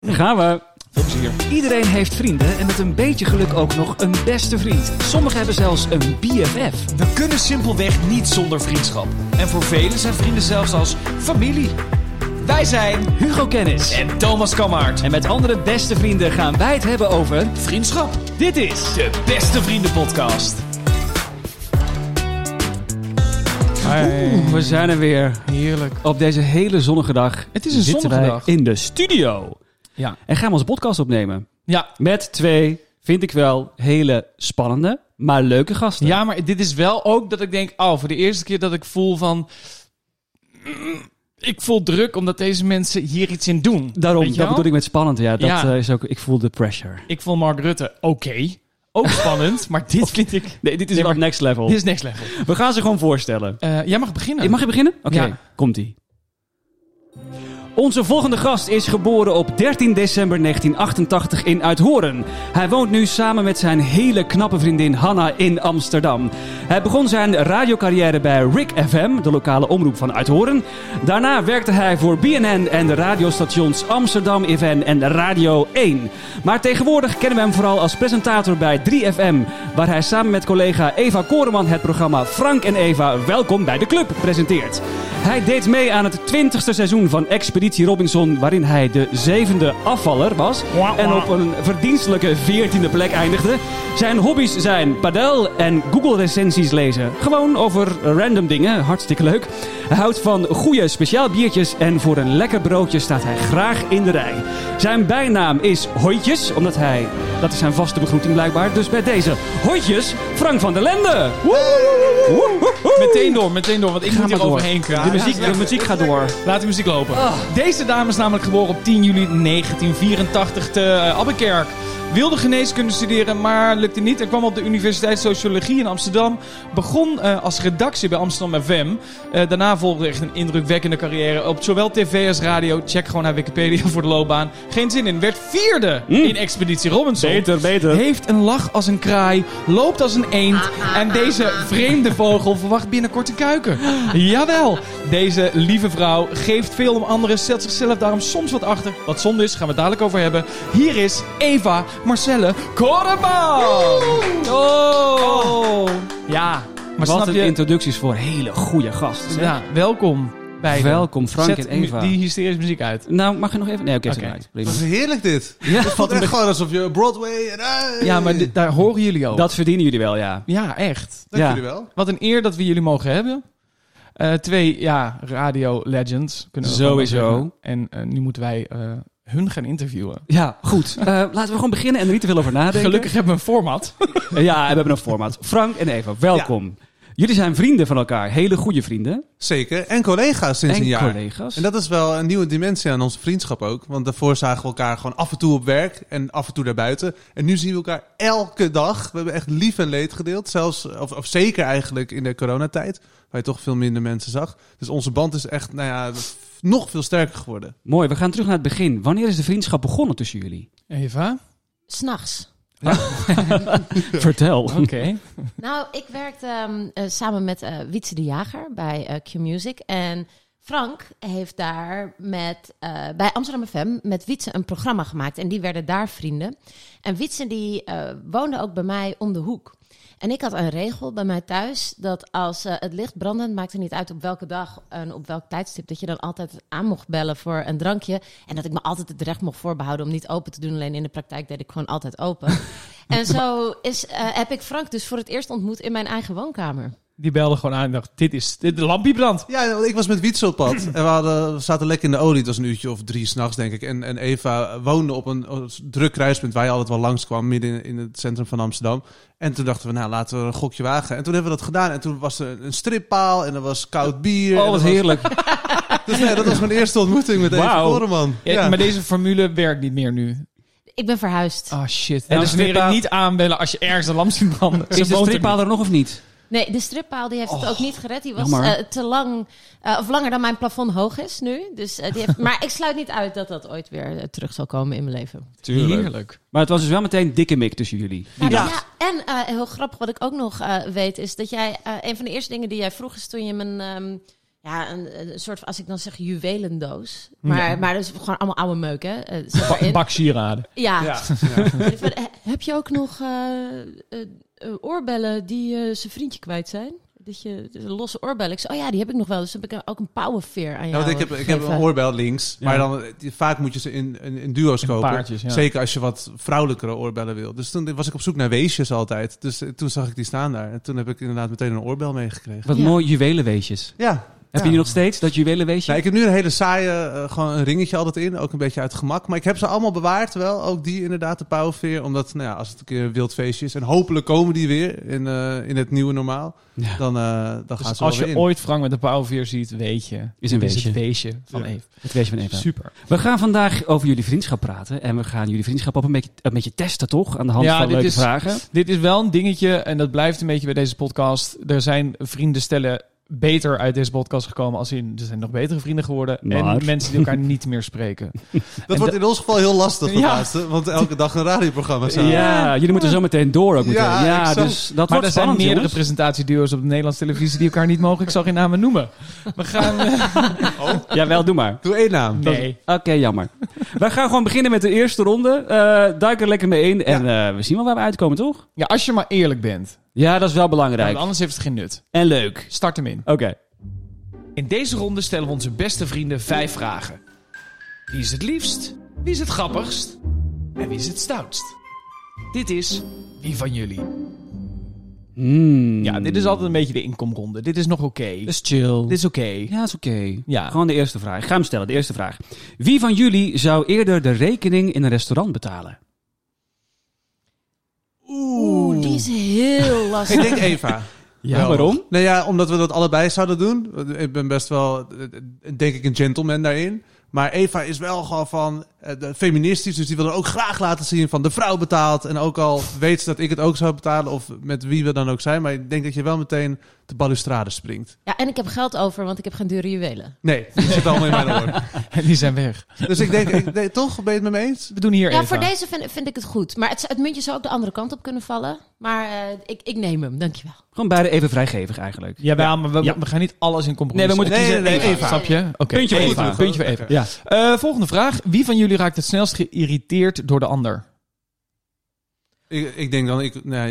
Daar gaan we. Veel plezier. Iedereen heeft vrienden en met een beetje geluk ook nog een beste vriend. Sommigen hebben zelfs een BFF. We kunnen simpelweg niet zonder vriendschap. En voor velen zijn vrienden zelfs als familie. Wij zijn Hugo Kennis. en Thomas Kammaert. En met andere beste vrienden gaan wij het hebben over... Vriendschap. Dit is... De Beste Vrienden podcast. We zijn er weer. Heerlijk. Op deze hele zonnige dag. Het is een zitten zonnige wij dag. in de studio. Ja. En gaan we onze podcast opnemen. Ja. Met twee, vind ik wel, hele spannende, maar leuke gasten. Ja, maar dit is wel ook dat ik denk... voor de eerste keer dat ik voel van... Ik voel druk omdat deze mensen hier iets in doen. Daarom, Weet je dat wel? bedoel ik met spannend. Ja, dat Ja. is ook... Ik voel de pressure. Ik vond Mark Rutte oké. Ook spannend, maar dit vind ik... Nee, dit is Nee, wel maar- next level. Dit is next level. We gaan ze gewoon voorstellen. Jij mag beginnen. Mag je beginnen? Oké, Ja. komt-ie. Onze volgende gast is geboren op 13 december 1988 in Uithoren. Hij woont nu samen met zijn hele knappe vriendin Hanna in Amsterdam. Hij begon zijn radiocarrière bij Rick FM, de lokale omroep van Uithoren. Daarna werkte hij voor BNN en de radiostations Amsterdam FM en Radio 1. Maar tegenwoordig kennen we hem vooral als presentator bij 3FM... waar hij samen met collega Eva Koreman het programma Frank en Eva Welkom bij de Club presenteert. Hij deed mee aan het 20e seizoen van Expeditie Robinson... waarin hij de 7e afvaller was en op een verdienstelijke 14e plek eindigde. Zijn hobby's zijn padel en Google-recensies lezen. Gewoon over random dingen, hartstikke leuk. Hij houdt van goede speciaal biertjes en voor een lekker broodje staat hij graag in de rij. Zijn bijnaam is Hoitjes, omdat hij... Dat is zijn vaste begroeting blijkbaar. Dus bij deze Hoitjes, Frank van der Lende. Meteen door, want ik Ga moet hier maar door. overheen kunnen. De muziek gaat door. Laat de muziek lopen. Deze dame is namelijk geboren op 10 juli 1984 te Abbekerk. Wilde geneeskunde studeren, maar lukte niet. En kwam op de Universiteit Sociologie in Amsterdam. Begon als redactie bij Amsterdam FM. Daarna volgde echt een indrukwekkende carrière op zowel tv als radio. Check gewoon naar Wikipedia voor de loopbaan. Geen zin in. Werd 4e in Expeditie Robinson. Beter. Heeft een lach als een kraai, loopt als een eend en deze vreemde vogel verwacht binnenkort een kuiken. Jawel, deze lieve vrouw geeft veel om anderen, stelt zichzelf daarom soms wat achter. Wat zonde is, gaan we het dadelijk over hebben. Hier is Eva Marcelle Koreman. Oh. Ja, maar Wat snap een je? introducties voor hele goede gasten. zeg. Ja, welkom bij Welkom, Frank Zet en Eva. die hysterische muziek uit. Nou, mag je nog even... Nee, oké, Oké. zet hem uit. Prima. Wat is heerlijk dit. Ja, Het voelt echt gewoon alsof je Broadway en... Ja, maar daar horen jullie ook. dat verdienen jullie wel, ja. Ja, echt. Dank Ja. jullie wel. Wat een eer dat we jullie mogen hebben. Twee, radio legends. Kunnen we Sowieso. gewoon zeggen. En nu moeten wij hun gaan interviewen. Ja, goed. Laten we gewoon beginnen en er niet te veel over nadenken. Gelukkig hebben we een format. Ja, we hebben een format. Frank en Eva, welkom. Jullie zijn vrienden van elkaar. Hele goede vrienden. Zeker. En collega's sinds En een jaar. collega's. En dat is wel een nieuwe dimensie aan onze vriendschap ook. Want daarvoor zagen we elkaar gewoon af en toe op werk en af en toe daarbuiten. En nu zien we elkaar elke dag. We hebben echt lief en leed gedeeld. Zelfs, of zeker eigenlijk in de coronatijd. Waar je toch veel minder mensen zag. Dus onze band is echt, nog veel sterker geworden. Mooi, we gaan terug naar het begin. Wanneer is de vriendschap begonnen tussen jullie? Eva? 'S'nachts. Vertel. Oké. Nou, ik werkte samen met Wietse de Jager bij Q-Music. En Frank heeft daar bij Amsterdam FM met Wietse een programma gemaakt. En die werden daar vrienden. En Wietse die woonde ook bij mij om de hoek. En ik had een regel bij mij thuis dat als het licht brandde, maakte niet uit op welke dag en op welk tijdstip, dat je dan altijd aan mocht bellen voor een drankje. En dat ik me altijd het recht mocht voorbehouden om niet open te doen. Alleen in de praktijk deed ik gewoon altijd open. En zo heb ik Frank dus voor het eerst ontmoet in mijn eigen woonkamer. Die belde gewoon aan en dacht, de lampje brandt. Ja, ik was met Wietse op pad. En we zaten lekker in de olie. Het was een uurtje of 3 s'nachts, denk ik. En Eva woonde op een druk kruispunt waar je altijd wel langskwam. Midden in het centrum van Amsterdam. En toen dachten we, laten we een gokje wagen. En toen hebben we dat gedaan. En toen was er een strippaal en er was koud bier. Oh, wat heerlijk. Dus dat was mijn eerste ontmoeting met Eva Wauw. Koreman. Ja, maar deze formule werkt niet meer nu. Ik ben verhuisd. Oh shit. En de Dames en heren, strippaal- niet aanbellen als je ergens een lamp ziet branden. Is de strippaal er nog of niet? Nee, de strippaal die heeft het ook niet gered. Die was jammer. te lang, of langer dan mijn plafond hoog is nu. Dus, maar ik sluit niet uit dat dat ooit weer terug zal komen in mijn leven. Heerlijk. Maar het was dus wel meteen dikke mik tussen jullie. Ja. En heel grappig wat ik ook nog weet is dat jij... een van de eerste dingen die jij vroeg is toen je mijn Ja, een soort van, als ik dan zeg juwelendoos. Maar dat is gewoon allemaal oude meuk, hè? Zit erin. Bak sieraden. Ja. Heb je ook nog oorbellen die zijn vriendje kwijt zijn? Dat je losse oorbellen. Ik zei, die heb ik nog wel. Dus heb ik ook een powerveer aan jou. Want ik heb een oorbel links. Ja. Maar dan vaak moet je ze in duo's kopen. Paardjes, ja. Zeker als je wat vrouwelijkere oorbellen wil. Dus toen was ik op zoek naar weesjes altijd. Dus toen zag ik die staan daar. En toen heb ik inderdaad meteen een oorbel meegekregen. Wat mooi juwelenweesjes. Ja. Heb je die nog steeds, dat juwelenweesje? Nou, ik heb nu een hele saaie, gewoon een ringetje altijd in. Ook een beetje uit gemak. Maar ik heb ze allemaal bewaard wel. Ook die inderdaad, de pauwveer. Omdat, als het een keer een wild feestje is. En hopelijk komen die weer in het nieuwe normaal. Ja. Dan gaan dus ze wel als je weer in. ooit Frank met een pauwveer ziet, weet je. Is het weesje van Eve. Het weesje van Eva. Super. We gaan vandaag over jullie vriendschap praten. En we gaan jullie vriendschap ook een beetje testen, toch? Aan de hand van leuke vragen. Dit is wel een dingetje. En dat blijft een beetje bij deze podcast. Er zijn vrienden stellen beter uit deze podcast gekomen als er zijn nog betere vrienden geworden. Maar. En mensen die elkaar niet meer spreken. Dat wordt in ons geval heel lastig, laatste, want elke dag een radioprogramma samen. Ja, jullie moeten zo meteen door ook meteen. Ja, dus dat maar wordt er zijn meerdere presentatieduo's op de Nederlandse televisie die elkaar niet mogen. Ik zal geen namen noemen. We gaan... Jawel, doe maar. Doe 1 naam. Nee. Oké, jammer. Wij gaan gewoon beginnen met de eerste ronde. Duik er lekker mee in en we zien wel waar we uitkomen, toch? Ja, als je maar eerlijk bent. Ja, dat is wel belangrijk. Want anders heeft het geen nut. En leuk. Start hem in. Oké. In deze ronde stellen we onze beste vrienden 5 vragen. Wie is het liefst? Wie is het grappigst? En wie is het stoutst? Dit is Wie van jullie? Ja, dit is altijd een beetje de inkomronde. Dit is nog oké. Dat is chill. Dit is oké. Ja, is oké. Ja. Gewoon de eerste vraag. Ik ga hem stellen, de eerste vraag. Wie van jullie zou eerder de rekening in een restaurant betalen? Oeh, die is heel lastig. Ik denk Eva. Ja, wel. waarom? Nou ja, omdat we dat allebei zouden doen. Ik ben best wel, denk ik, een gentleman daarin. Maar Eva is wel gewoon van feministisch. Dus die wil er ook graag laten zien van de vrouw betaalt. En ook al weet ze dat ik het ook zou betalen. Of met wie we dan ook zijn. Maar ik denk dat je wel meteen de balustrade springt. Ja, en ik heb geld over, want ik heb geen dure juwelen. Nee, die zit allemaal in mijn oor. En die zijn weg. Dus ik denk, toch? Ben je het met me eens? We doen hier Ja, Eva. voor deze vind ik het goed. Maar het muntje zou ook de andere kant op kunnen vallen. Maar ik neem hem, dankjewel. Gewoon beide even vrijgevig eigenlijk. Jawel, maar we gaan niet alles in compromis. Nee, we moeten kiezen. Nee, Eva. Snap je? Oké. Puntje voor Eva. Puntje voor Eva. Ja. Volgende vraag. Wie van jullie raakt het snelst geïrriteerd door de ander? Ik denk dan,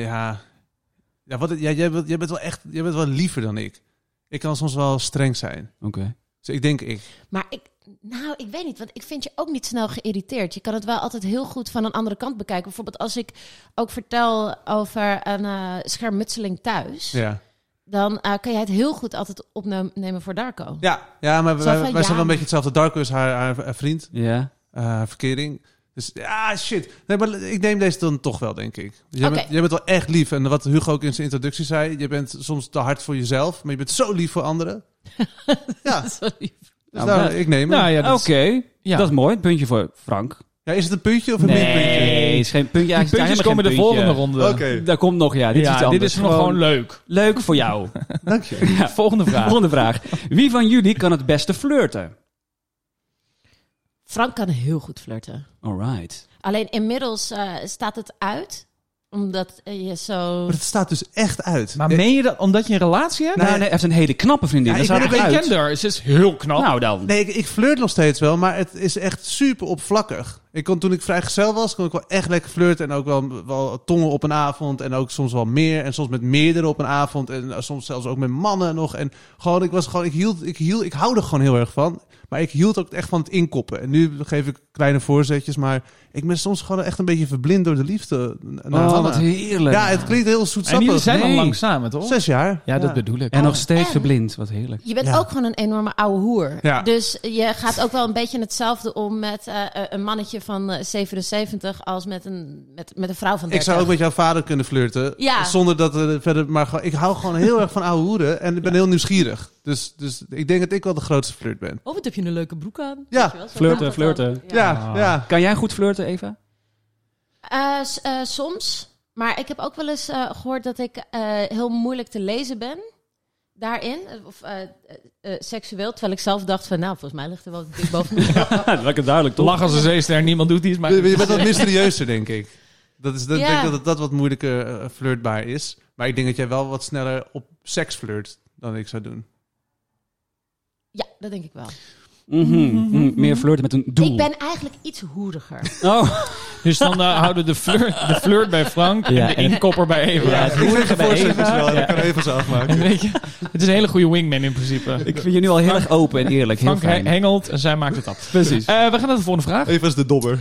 jij bent wel liever dan ik. Ik kan soms wel streng zijn. Oké. Dus ik denk ik. Maar ik weet niet, want ik vind je ook niet snel geïrriteerd. Je kan het wel altijd heel goed van een andere kant bekijken. Bijvoorbeeld als ik ook vertel over een schermutseling thuis... Ja. Dan kan jij het heel goed altijd opnemen voor Darko. Ja, maar wij zijn wel een beetje hetzelfde. Darko is haar vriend. Ja. Verkering. Dus shit. Nee, maar ik neem deze dan toch wel, denk ik. Jij bent wel echt lief. En wat Hugo ook in zijn introductie zei. Je bent soms te hard voor jezelf. Maar je bent zo lief voor anderen. Ja. Zo lief. Dus ik neem hem. Nou ja, oké. Ja. Dat is mooi. Puntje voor Frank. Ja, is het een puntje of een Nee, minpuntje? het is geen puntje. Die puntjes komen de volgende ronde. Oké. Daar komt nog, ja. Dit is iets anders. Dit is nog gewoon leuk. Leuk voor jou. Dank je. Ja. Volgende vraag. Volgende vraag. Wie van jullie kan het beste flirten? Frank kan heel goed flirten. Alright. Alleen inmiddels staat het uit. Omdat je zo... Maar het staat dus echt uit. Maar meen je dat omdat je een relatie hebt? Nee, hij heeft een hele knappe vriendin. Ja, Dat ik staat ben er Ik uit. ken haar. Ze is heel knap. Nou dan. Nee, ik flirt nog steeds wel, maar het is echt super oppervlakkig. Toen ik vrijgezel was, kon ik wel echt lekker flirten. En ook wel tongen op een avond. En ook soms wel meer. En soms met meerdere op een avond. En soms zelfs ook met mannen nog. En gewoon, ik hou er gewoon heel erg van. Maar ik hield ook echt van het inkoppen. En nu geef ik kleine voorzetjes. Maar ik ben soms gewoon echt een beetje verblind door de liefde. Naar Oh, Hanna. wat heerlijk. Ja, het klinkt heel zoetsappig. En jullie zijn al Nee. lang samen, toch? 6 jaar. Ja, dat bedoel ik. En nog steeds en- verblind. Wat heerlijk. Je bent Ja. ook gewoon een enorme ouwe hoer. Ja. Dus je gaat ook wel een beetje hetzelfde om met een mannetje van 77 als met een vrouw van 30. Ik zou ook met jouw vader kunnen flirten. Ja. Zonder dat verder... Maar ik hou gewoon heel erg van ouwe hoeren. En ik ben heel nieuwsgierig. Dus ik denk dat ik wel de grootste flirt ben. Oh, wat heb je een leuke broek aan? Ja, Weet je wel, zo gaat dat flirten. dan. Ja. Ja. Kan jij goed flirten, Eva? Soms. Maar ik heb ook wel eens gehoord dat ik heel moeilijk te lezen ben. Daarin. Of seksueel. Terwijl ik zelf dacht van, nou, volgens mij ligt er wel dik bovenop. Lekker duidelijk, toch? Lach als een zeester. Niemand doet iets. Maar... Je bent wat mysterieuzer, denk ik. Ik Ja. denk dat wat moeilijker flirtbaar is. Maar ik denk dat jij wel wat sneller op seks flirt dan ik zou doen. Ja, dat denk ik wel. Meer flirten met een doel. Ik ben eigenlijk iets hoeriger. Oh, Dus dan houden we de flirt bij Frank en de inkopper bij Eva. ja, het roerige bij Eva. Wel, dat kan even zo afmaken. En weet je, het is een hele goede wingman in principe. Ik vind je nu al heel erg open en eerlijk. Heel Frank fijn. hengelt en zij maakt het af. Precies. We gaan naar de volgende vraag. Eva is de dobber.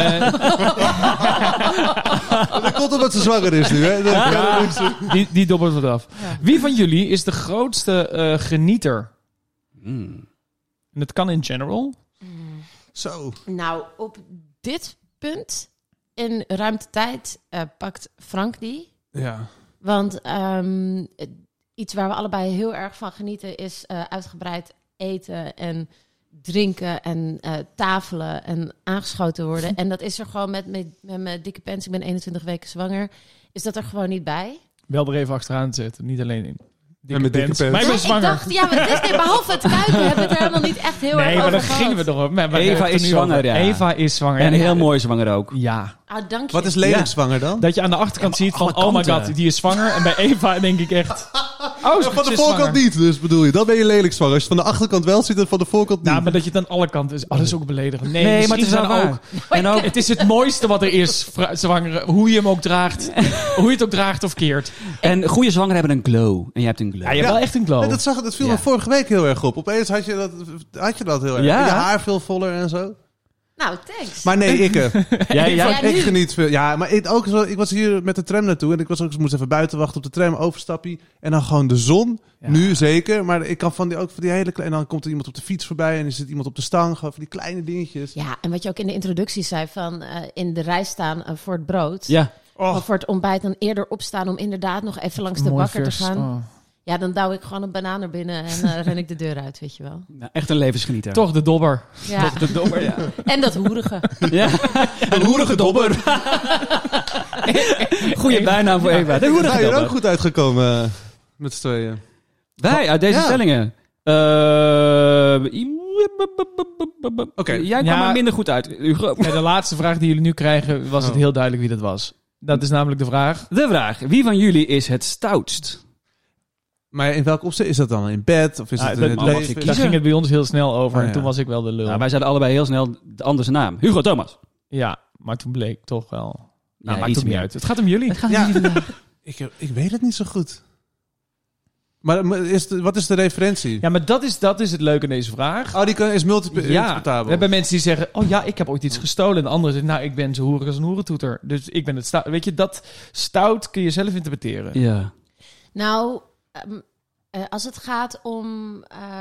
Dat komt omdat ze zwanger is nu, hè? Die dobbelt wat af. Ja. Wie van jullie is de grootste genieter? En het kan in general. Zo. Nou, op dit punt in ruimtetijd pakt Frank die. Ja. Want iets waar we allebei heel erg van genieten is uitgebreid eten en drinken en tafelen en aangeschoten worden. En dat is er gewoon met mijn dikke pens. Ik ben 21 weken zwanger. Is dat er gewoon niet bij? Wel er even achteraan te zetten, niet alleen in. En met dikke pens. Maar ik ben Ik zwanger. dacht, ja, maar dus, behalve het kuiken hebben we het er helemaal niet echt heel erg Nee, over maar daar gehad. gingen we toch op. Maar Eva is zwanger, ja. Eva is zwanger. En heel mooi zwanger ook. Ja. Ah, dank je. Wat is lelijk zwanger dan? Dat je aan de achterkant ziet van, alle oh my kanten. god, die is zwanger. En bij Eva denk ik echt... Oh, Van ze de is voorkant zwanger. niet, dus bedoel je. Dan ben je lelijk zwanger. Als je het van de achterkant wel ziet en van de voorkant niet. Nou, maar dat je het aan alle kanten is. Oh, dat is ook beledigend. Nee, Nee, maar het is misschien wel dan waar. ook. En ook, het is het mooiste wat er is, zwangere. Hoe je hem ook draagt. Hoe je het ook draagt of keert. En goede zwangeren hebben een glow. En jij hebt een glow. Ja, je hebt wel echt een glow. Nee, dat viel Ja. me vorige week heel erg op. Opeens had je dat heel erg. Ja. Je haar veel voller en zo. Nou, thanks. Maar nee, ik. Jij, Ja, Ik nu. geniet veel. Ja, maar ik was hier met de tram naartoe. En ik moest even buiten wachten op de tram, overstappie. En dan gewoon de zon. Ja. Nu zeker. Maar ik kan ook van die hele kleine... En dan komt er iemand op de fiets voorbij. En er zit iemand op de stang. Gewoon van die kleine dingetjes. Ja, en wat je ook in de introductie zei van in de rij staan voor het brood. Ja. Of voor het ontbijt dan eerder opstaan om inderdaad nog even langs de Mooi bakker vers. te gaan. Oh. Ja, dan douw ik gewoon een banaan er binnen en ren ik de deur uit, weet je wel. Nou, echt een levensgenieter. Toch de dobber. Ja. De dobber, ja. En dat hoerige. Ja. Een hoerige dobber. Goeie bijnaam voor Eva. De Nou, hoerige je er ook dobber. goed uitgekomen met z'n tweeën. Wij, uit deze Ja. stellingen. Oké. Jij kwam Ja. er minder goed uit, Hugo. Ja, de laatste vraag die jullie nu krijgen, was het heel duidelijk wie dat was. Dat is namelijk de vraag. De vraag. Wie van jullie is het stoutst? Maar in welk opzicht is dat dan? In bed? Of is Ja, het in dat- het mag je leven? kiezen. Daar ging het bij ons heel snel over. Oh, ja. En toen was ik wel de lul. Nou, wij zeiden allebei heel snel de andere naam. Hugo Thomas. Ja, maar toen bleek toch wel... Nou, Ja, maakt iets ook niet meer. uit. Het gaat om jullie. Ja. Ik weet het niet zo goed. Maar wat is de referentie? Ja, maar dat is het leuke in deze vraag. Oh, die is Ja, multi-interpretabel. we hebben mensen die zeggen... Oh ja, ik heb ooit iets gestolen. En de anderen zeggen... Nou, ik ben zo hoerig als een hoerentoeter. Dus ik ben het stout. Weet je, dat stout kun je zelf interpreteren. Ja. Nou, als het gaat om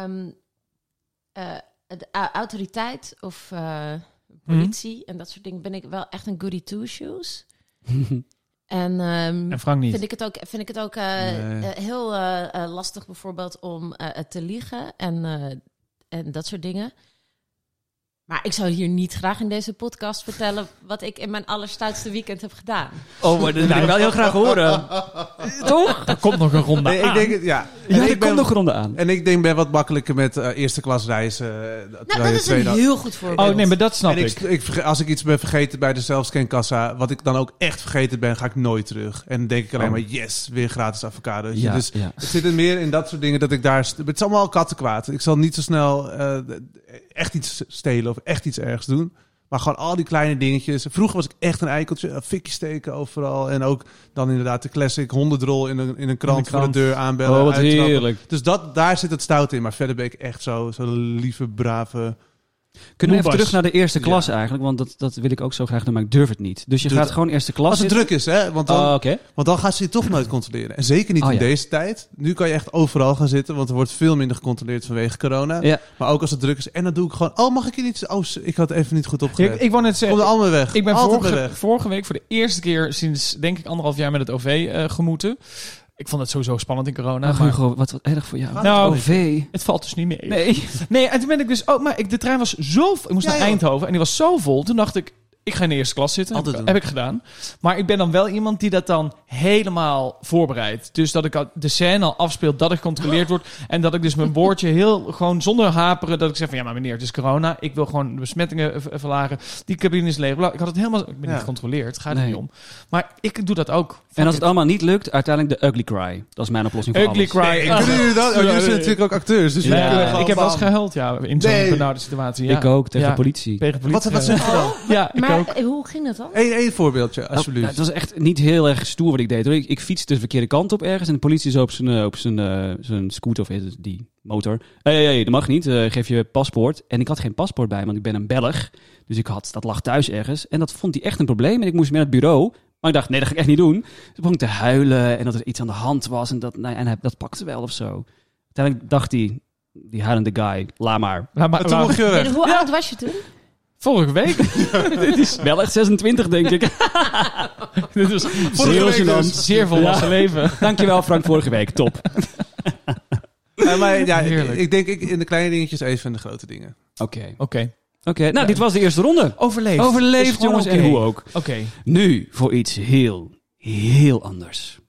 de autoriteit of politie en dat soort dingen, ben ik wel echt een goody two-shoes. En En Frank niet. vind ik het ook Nee. heel lastig bijvoorbeeld om te liegen en dat soort dingen. Maar ik zou hier niet graag in deze podcast vertellen wat ik in mijn allerstoutste weekend heb gedaan. Oh, maar dat wil ik wel heel graag horen. Toch? Er komt nog een ronde Nee, ik aan. denk het, ja. Ja, En er ik ben- komt nog ronde aan. En ik ben wat makkelijker met eerste klas reizen. Nou, dat is een heel goed voorbeeld. Oh nee, maar dat snap En ik. als ik iets ben vergeten bij de zelfscankassa, wat ik dan ook echt vergeten ben, ga ik nooit terug. En dan denk ik alleen Oh. maar, yes, weer gratis avocado's. Ja, Dus ja. het zit er meer in dat soort dingen dat ik daar... Het is allemaal kattenkwaad. Ik zal niet zo snel echt iets stelen of echt iets ergs doen. Maar gewoon al die kleine dingetjes. Vroeger was ik echt een eikeltje. Fikjes steken overal. En ook dan inderdaad de classic hondendrol in een krant voor de deur aanbellen. Oh, wat uittrappen. heerlijk. Dus daar zit het stout in. Maar verder ben ik echt zo lieve, brave... Kunnen we even Loebas. terug naar de eerste klas eigenlijk? Want dat wil ik ook zo graag doen, maar ik durf het niet. Dus je Doe gaat het. gewoon eerste klas Als het zitten. druk is, hè? Want dan, Oh, oké. want dan gaan ze je toch nooit controleren. En zeker niet Oh, in ja. deze tijd. Nu kan je echt overal gaan zitten, want er wordt veel minder gecontroleerd vanwege corona. Ja. Maar ook als het druk is. En dan doe ik gewoon, oh, mag ik je niet... Oh, ik had even niet goed opgelet. Ik wou net Kom zeggen... er allemaal weg. Ik ben altijd maar weg. vorige week voor de eerste keer sinds, denk ik, 1,5 jaar met het OV gemoeten. Ik vond het sowieso spannend in corona. Nou, maar Hugo, wat erg voor jou. Nou, OV. het valt dus niet mee. Nee. Nee, en toen ben ik dus... Oh, maar de trein was zo... Ik moest Ja, naar joh. Eindhoven en die was zo vol. Toen dacht ik, ik ga in de eerste klas zitten. Altijd doen. Heb ik gedaan. Maar ik ben dan wel iemand die dat dan helemaal voorbereid. Dus dat ik de scène al afspeel, dat ik gecontroleerd word. En dat ik dus mijn woordje heel gewoon zonder haperen, dat ik zeg van ja, maar meneer, het is corona. Ik wil gewoon de besmettingen verlagen. Die cabine is leeg. Ik had het helemaal, ik ben niet gecontroleerd. Het gaat er niet om. Maar ik doe dat ook. En als het allemaal niet lukt, uiteindelijk de ugly cry. Dat is mijn oplossing voor Ugly alles. cry. Kunnen jullie dat? Jullie zijn natuurlijk ook acteurs. Dus jullie kunnen gewoon ik heb wel eens bam. gehuild, in zo'n benauwde situatie. Ja. Ik ook, tegen Ja. politie. Tegen politie. Wat zeg je dan? Ja, ik ook. Maar hoe ging dat dan? Eén voorbeeldje, alsjeblieft. Het was echt niet heel erg stoer wat ik deed. Hoor. Ik fietste de verkeerde kant op ergens en de politie is op zijn scooter, of heet het, die motor. Dat mag niet, geef je paspoort. En ik had geen paspoort bij, want ik ben een Belg. Dus dat lag thuis ergens. En dat vond hij echt een probleem. En ik moest mee naar het bureau. Maar ik dacht, nee, dat ga ik echt niet doen. Dus ik begon te huilen en dat er iets aan de hand was. En dat pakte wel of zo. Uiteindelijk dacht hij, die huilende guy, laat maar. En toen mocht je weg. En hoe oud was je toen? Vorige week. Dit is wel echt 26, denk ik. Dit was Vorige week een dus. zeer volwassen leven. Dankjewel Frank, vorige week. Top. Maar ja, Heerlijk. ik denk in de kleine dingetjes even in de grote dingen. Oké, nou, dit was de eerste ronde. Overleefd. Overleefd, Is gewoon jongens, oké. en hoe ook. Oké. Nu voor iets heel, heel anders.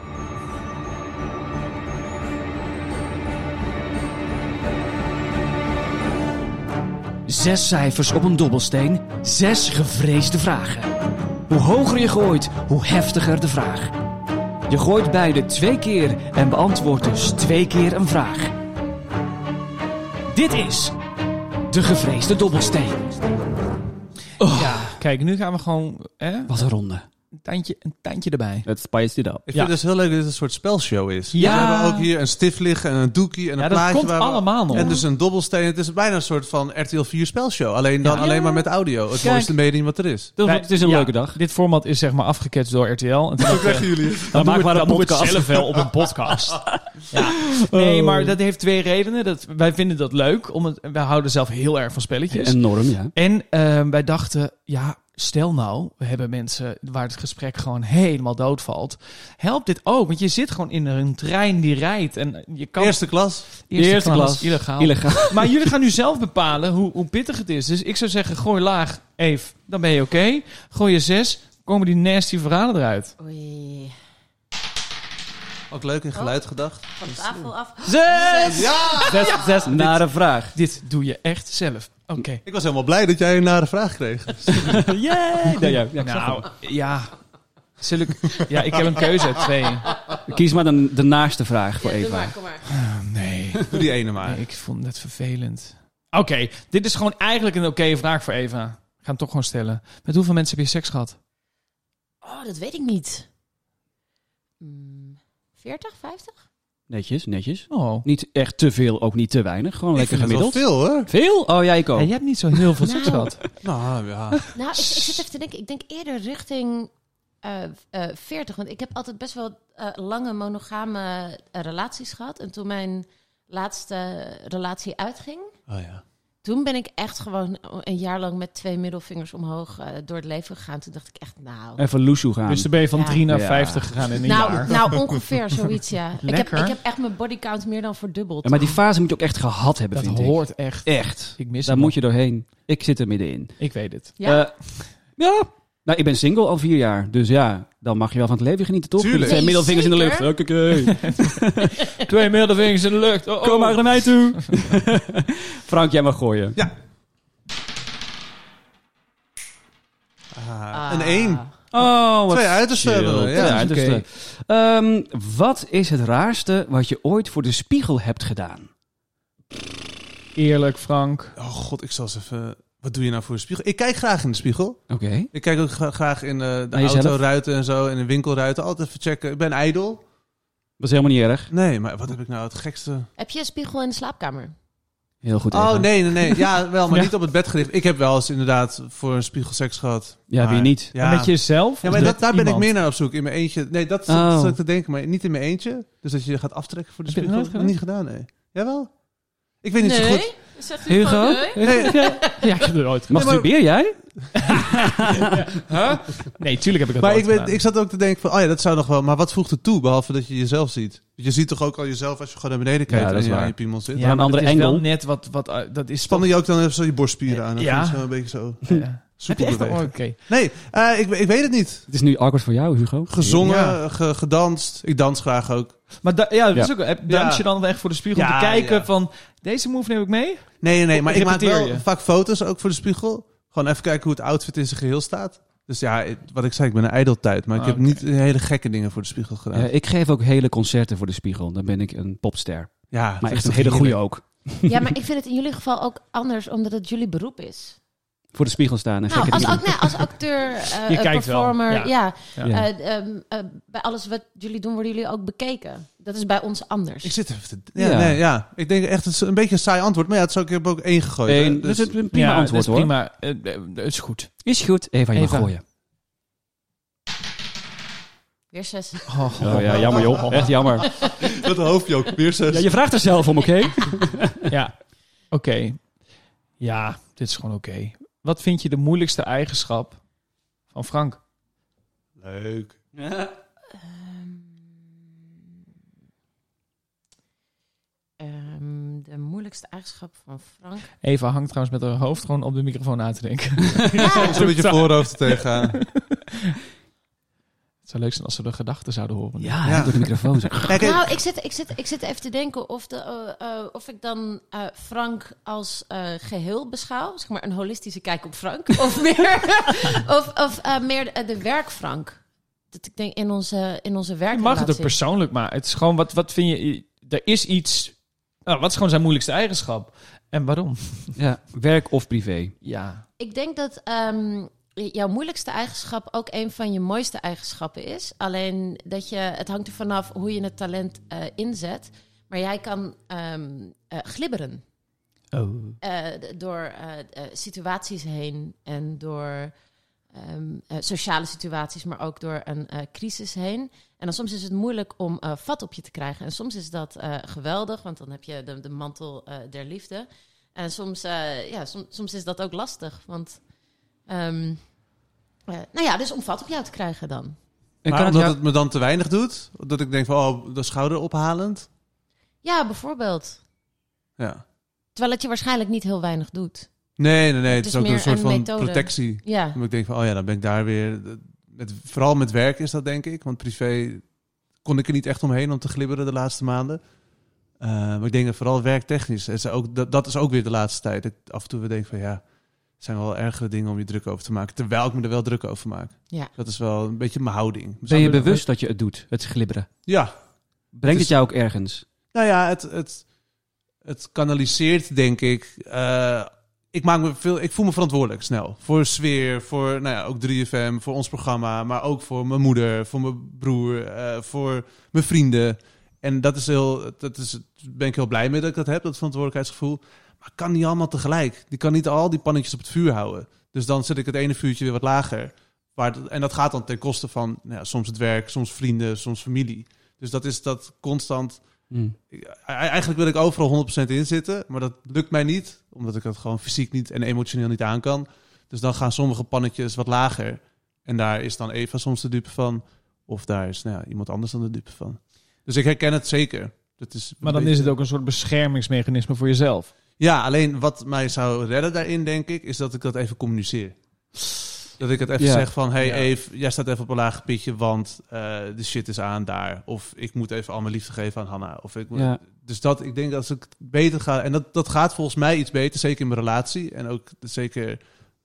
Zes cijfers op een dobbelsteen, 6 gevreesde vragen. Hoe hoger je gooit, hoe heftiger de vraag. Je gooit beide 2 keer en beantwoordt dus 2 keer een vraag. Dit is de gevreesde dobbelsteen. Ja, kijk, nu gaan we gewoon Wat een ronde. een tandje erbij. Het spiced it up. Ik vind Ja. het dus heel leuk dat het een soort spelshow is. Ja. We hebben ook hier een stift liggen en een doekje en een Ja, dat plaatje. komt waar we- allemaal nog. En dus een dobbelsteen. Het is bijna een soort van RTL 4 spelshow. Alleen dan alleen maar met audio. Het Kijk. mooiste medium wat er is. Het is een leuke dag. Dit format is zeg maar afgeketst door RTL. En toen krijgen jullie. Dan maken we een doen we het podcast. zelf wel op een podcast. Ja. Nee, maar dat heeft 2 redenen. Wij vinden dat leuk. Wij houden zelf heel erg van spelletjes. Enorm, ja. En wij dachten, ja, stel nou, we hebben mensen waar het gesprek gewoon helemaal doodvalt. Helpt dit ook? Want je zit gewoon in een trein die rijdt. En je kan Eerste klas. Eerste klas. Illegaal. Illegaal. Maar jullie gaan nu zelf bepalen hoe pittig het is. Dus ik zou zeggen, gooi laag, Eve, dan ben je oké. Gooi je 6, komen die nasty verhalen eruit. Oei. Ook leuk in geluid gedacht. Van tafel af. 6! Ja! 6 nare vraag. Dit doe je echt zelf. Oké. Ik was helemaal blij dat jij een nare vraag kreeg. Yay! Ja, Nou, ja. Ja, ik heb een keuze uit 2. Kies maar de naaste vraag voor Ja, doe Eva. maar, kom maar. Nee. Doe die ene maar. Nee, ik vond het vervelend. Oké, dit is gewoon eigenlijk een oké vraag voor Eva. Ik ga hem toch gewoon stellen. Met hoeveel mensen heb je seks gehad? Oh, dat weet ik niet. 40, 50? Netjes. Oh. Niet echt te veel, ook niet te weinig. Gewoon Ik lekker vind het wel gemiddeld. veel hoor. Veel? Oh, jij ook. Ja, je hebt niet zo heel veel seks Nou. gehad. Nou ja. Nou, ik zit even te denken. Ik denk eerder richting 40. Want ik heb altijd best wel lange monogame relaties gehad. En toen mijn laatste relatie uitging, Oh ja. toen ben ik echt gewoon een jaar lang met 2 middelvingers omhoog door het leven gegaan. Toen dacht ik echt, nou... Even loesoe gaan. Dus dan ben je van Ja. 3 naar Ja. 50 gegaan in een jaar. Nou, ongeveer zoiets, ja. Lekker. Ik heb echt mijn bodycount meer dan verdubbeld. Ja, maar die fase moet je ook echt gehad hebben, Dat vind ik. hoort echt. Echt. Ik mis Daar hem moet je doorheen. Ik zit er middenin. Ik weet het. Ja. Ja. Nou, ik ben single al 4 jaar. Dus ja, dan mag je wel van het leven genieten, toch? Tuurlijk. 2 middelvingers in de lucht. Zeker. Oké. 2 middelvingers in de lucht. Oh, oh. Kom maar naar mij toe. Frank, jij mag gooien. Ja. Een 1. Oh, wat 2 uitersten chill. hebben we, ja. 2 uitersten. Oké. Wat is het raarste wat je ooit voor de spiegel hebt gedaan? Eerlijk, Frank. Oh god, ik zal eens even... Wat doe je nou voor een spiegel? Ik kijk graag in de spiegel. Oké. Ik kijk ook graag in de Naar jezelf? autoruiten en zo. En de winkelruiten. Altijd even checken. Ik ben ijdel. Dat is helemaal niet erg. Nee, maar wat heb ik nou het gekste... Heb je een spiegel in de slaapkamer? Heel goed, Eva. Oh, nee. Ja, wel, maar Ja. niet op het bed gericht. Ik heb wel eens inderdaad voor een spiegel seks gehad. Ja, Maar- wie niet? Ja, Met jezelf? Ja, Of maar met daar ben ik iemand? meer naar op zoek. In mijn eentje. Nee, dat Oh. zat ik te denken. Maar niet in mijn eentje. Dus dat je je gaat aftrekken voor de Heb je spiegel. het nooit Niet gedaan, nee. Jawel? Ik weet niet zo goed. Zegt Hugo? Nee, Ja, ik heb er nooit gedaan. Masturbeer jij? Nee, tuurlijk heb ik het maar nooit gedaan. ik zat ook te denken van, oh ja, dat zou nog wel. Maar wat voegt het toe, behalve dat je jezelf ziet? Je ziet toch ook al jezelf als je gewoon naar beneden kijkt Ja, dat is en je waar. aan je piemel zit. Ja, een maar andere het is engel. wel net wat dat is Spannen je ook dan even zo je borstspieren aan? Ja. Of zo een beetje zo. toch- Heb je echt bewegen. Oké. Nee, ik weet het niet. Het is nu awkward voor jou, Hugo. Gezongen, Ja. gedanst. Ik dans graag ook. Maar dat is Ja. ook, dans je dan echt voor de spiegel Ja, te kijken ja. van... Deze move neem ik mee? Nee, maar ik maak Repeteer wel je? vaak foto's ook voor de spiegel. Gewoon even kijken hoe het outfit in zijn geheel staat. Dus ja, wat ik zei, ik ben een ijdeltuit. Maar ik heb Oké. niet hele gekke dingen voor de spiegel gedaan. Ik geef ook hele concerten voor de spiegel. Dan ben ik een popster. Ja, Maar dat echt is een toch hele goede heerlijk. ook. Ja, maar ik vind het in jullie geval ook anders, omdat het jullie beroep is. Voor de spiegel staan en Nou, gekke dingen. als acteur, Je kijkt wel, performer, ja. ja. Ja. Bij alles wat jullie doen, worden jullie ook bekeken. Dat is bij ons anders. Ik zit even te... Ja. Ja, nee, ja. Ik denk echt, het is een beetje een saai antwoord. Maar ja, ik heb ook 1 gegooid. hè. Dat is een prima Ja, antwoord dat is hoor. prima. Het is goed. Is goed. Eva, je mag Eva. gooien. Weer 6. Oh ja, jammer joh. Echt jammer. Dat hoofdje ook. Weer 6. Ja, je vraagt er zelf om, oké? Ja, oké. Ja, dit is gewoon oké. Wat vind je de moeilijkste eigenschap van Frank? Leuk. De moeilijkste eigenschap van Frank. Eva hangt trouwens met haar hoofd gewoon op de microfoon na te denken. Zo met je voorhoofd tegenaan. Het zou leuk zijn als ze de gedachten zouden horen. Ja, Ja. door de microfoon. Zo. Kijk, Nou, ik zit even te denken of ik dan Frank als geheel beschouw. Zeg maar een holistische kijk op Frank. Of meer de werk-Frank. Dat ik denk in onze Je werkrelatie. mag het ook persoonlijk maken. Het is gewoon, wat vind je... Er is iets... Nou, wat is gewoon zijn moeilijkste eigenschap? En waarom? Ja, werk of privé. Ja. Ik denk dat jouw moeilijkste eigenschap ook een van je mooiste eigenschappen is. Alleen dat het hangt er vanaf hoe je het talent inzet. Maar jij kan glibberen. Oh. Door situaties heen en door sociale situaties, maar ook door een crisis heen. En dan soms is het moeilijk om vat op je te krijgen. En soms is dat geweldig, want dan heb je de mantel der liefde. En soms is dat ook lastig, want... dus om vat op jou te krijgen dan. En maar kan omdat het het me dan te weinig doet? Dat ik denk van, oh, de schouder ophalend? Ja, bijvoorbeeld. Ja. Terwijl het je waarschijnlijk niet heel weinig doet. Nee. Het is is ook meer een soort een van methode. protectie. Ja, Omdat ik denk van, oh ja, dan ben ik daar weer... Vooral met werk is dat, denk ik. Want privé kon ik er niet echt omheen om te glibberen de laatste maanden. Maar ik denk dat vooral werktechnisch. Dat is ook weer de laatste tijd. Dat af en toe we denken van, ja... Het zijn wel ergere dingen om je druk over te maken. Terwijl ik me er wel druk over maak. ja. Dat is wel een beetje mijn houding. ben je bewust dat je het doet, het glibberen? Ja. Brengt het is- jou ook ergens? Nou ja, het kanaliseert, denk ik. Ik voel me verantwoordelijk snel. Voor sfeer, voor ook 3FM, voor ons programma. Maar ook voor mijn moeder, voor mijn broer, voor mijn vrienden. En ben ik heel blij mee dat ik dat heb, dat verantwoordelijkheidsgevoel. Maar ik kan niet allemaal tegelijk. Die kan niet al die pannetjes op het vuur houden. Dus dan zet ik het ene vuurtje weer wat lager. En dat gaat dan ten koste van soms het werk, soms vrienden, soms familie. Dus dat is dat constant... Eigenlijk wil ik overal 100% in zitten, maar dat lukt mij niet. Omdat ik dat gewoon fysiek niet en emotioneel niet aan kan. Dus dan gaan sommige pannetjes wat lager. En daar is dan Eva soms de dupe van. Of daar is iemand anders dan de dupe van. Dus ik herken het zeker. Maar dan is het ook een soort beschermingsmechanisme voor jezelf. Ja, alleen wat mij zou redden daarin, denk ik, is dat ik dat even communiceer. Dat ik het even zeg van, hey Eve, jij staat even op een laag pitje, want de shit is aan daar. Of ik moet even al mijn liefde geven aan Hanna. Dus ik denk dat als ik beter ga, en dat gaat volgens mij iets beter, zeker in mijn relatie. En ook zeker,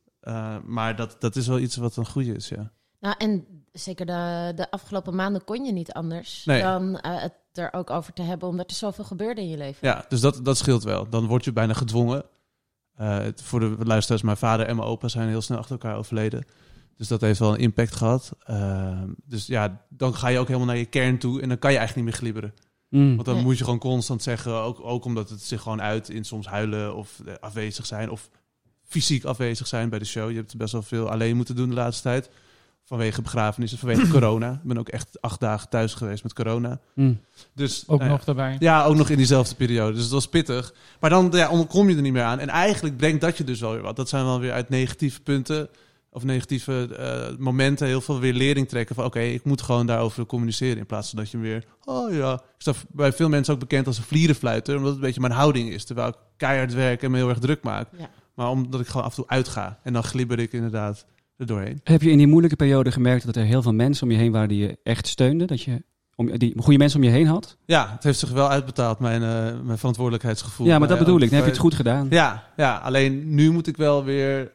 maar dat is wel iets wat een goede is, ja. Nou, en zeker de afgelopen maanden kon je niet anders dan het er ook over te hebben, omdat er zoveel gebeurde in je leven. Ja, dus dat scheelt wel. Dan word je bijna gedwongen. Voor de luisteraars, mijn vader en mijn opa zijn heel snel achter elkaar overleden. Dus dat heeft wel een impact gehad. Dus ja, dan ga je ook helemaal naar je kern toe en dan kan je eigenlijk niet meer glibberen. Want dan moet je gewoon constant zeggen, ook omdat het zich gewoon uit in soms huilen of afwezig zijn of fysiek afwezig zijn bij de show. Je hebt best wel veel alleen moeten doen de laatste tijd. Vanwege begrafenissen, vanwege corona. Ik ben ook echt 8 dagen thuis geweest met corona. Dus, Ook nog daarbij. Ja, ook nog in diezelfde periode. Dus dat was pittig. Maar dan ontkom je er niet meer aan. En eigenlijk brengt dat je dus wel weer wat. Dat zijn wel weer uit negatieve punten of negatieve momenten heel veel weer lering trekken. Van oké, ik moet gewoon daarover communiceren. In plaats van dat je weer, ik sta bij veel mensen ook bekend als een vlierenfluiter. Omdat het een beetje mijn houding is. Terwijl ik keihard werk en me heel erg druk maak. Ja. Maar omdat ik gewoon af en toe uitga. En dan glibber ik inderdaad er doorheen. Heb je in die moeilijke periode gemerkt dat er heel veel mensen om je heen waren die je echt steunden? Dat je die goede mensen om je heen had? Ja, het heeft zich wel uitbetaald, mijn verantwoordelijkheidsgevoel. Ja, maar dat bedoel ik. Dan heb je het het goed gedaan. Ja, alleen nu moet ik wel weer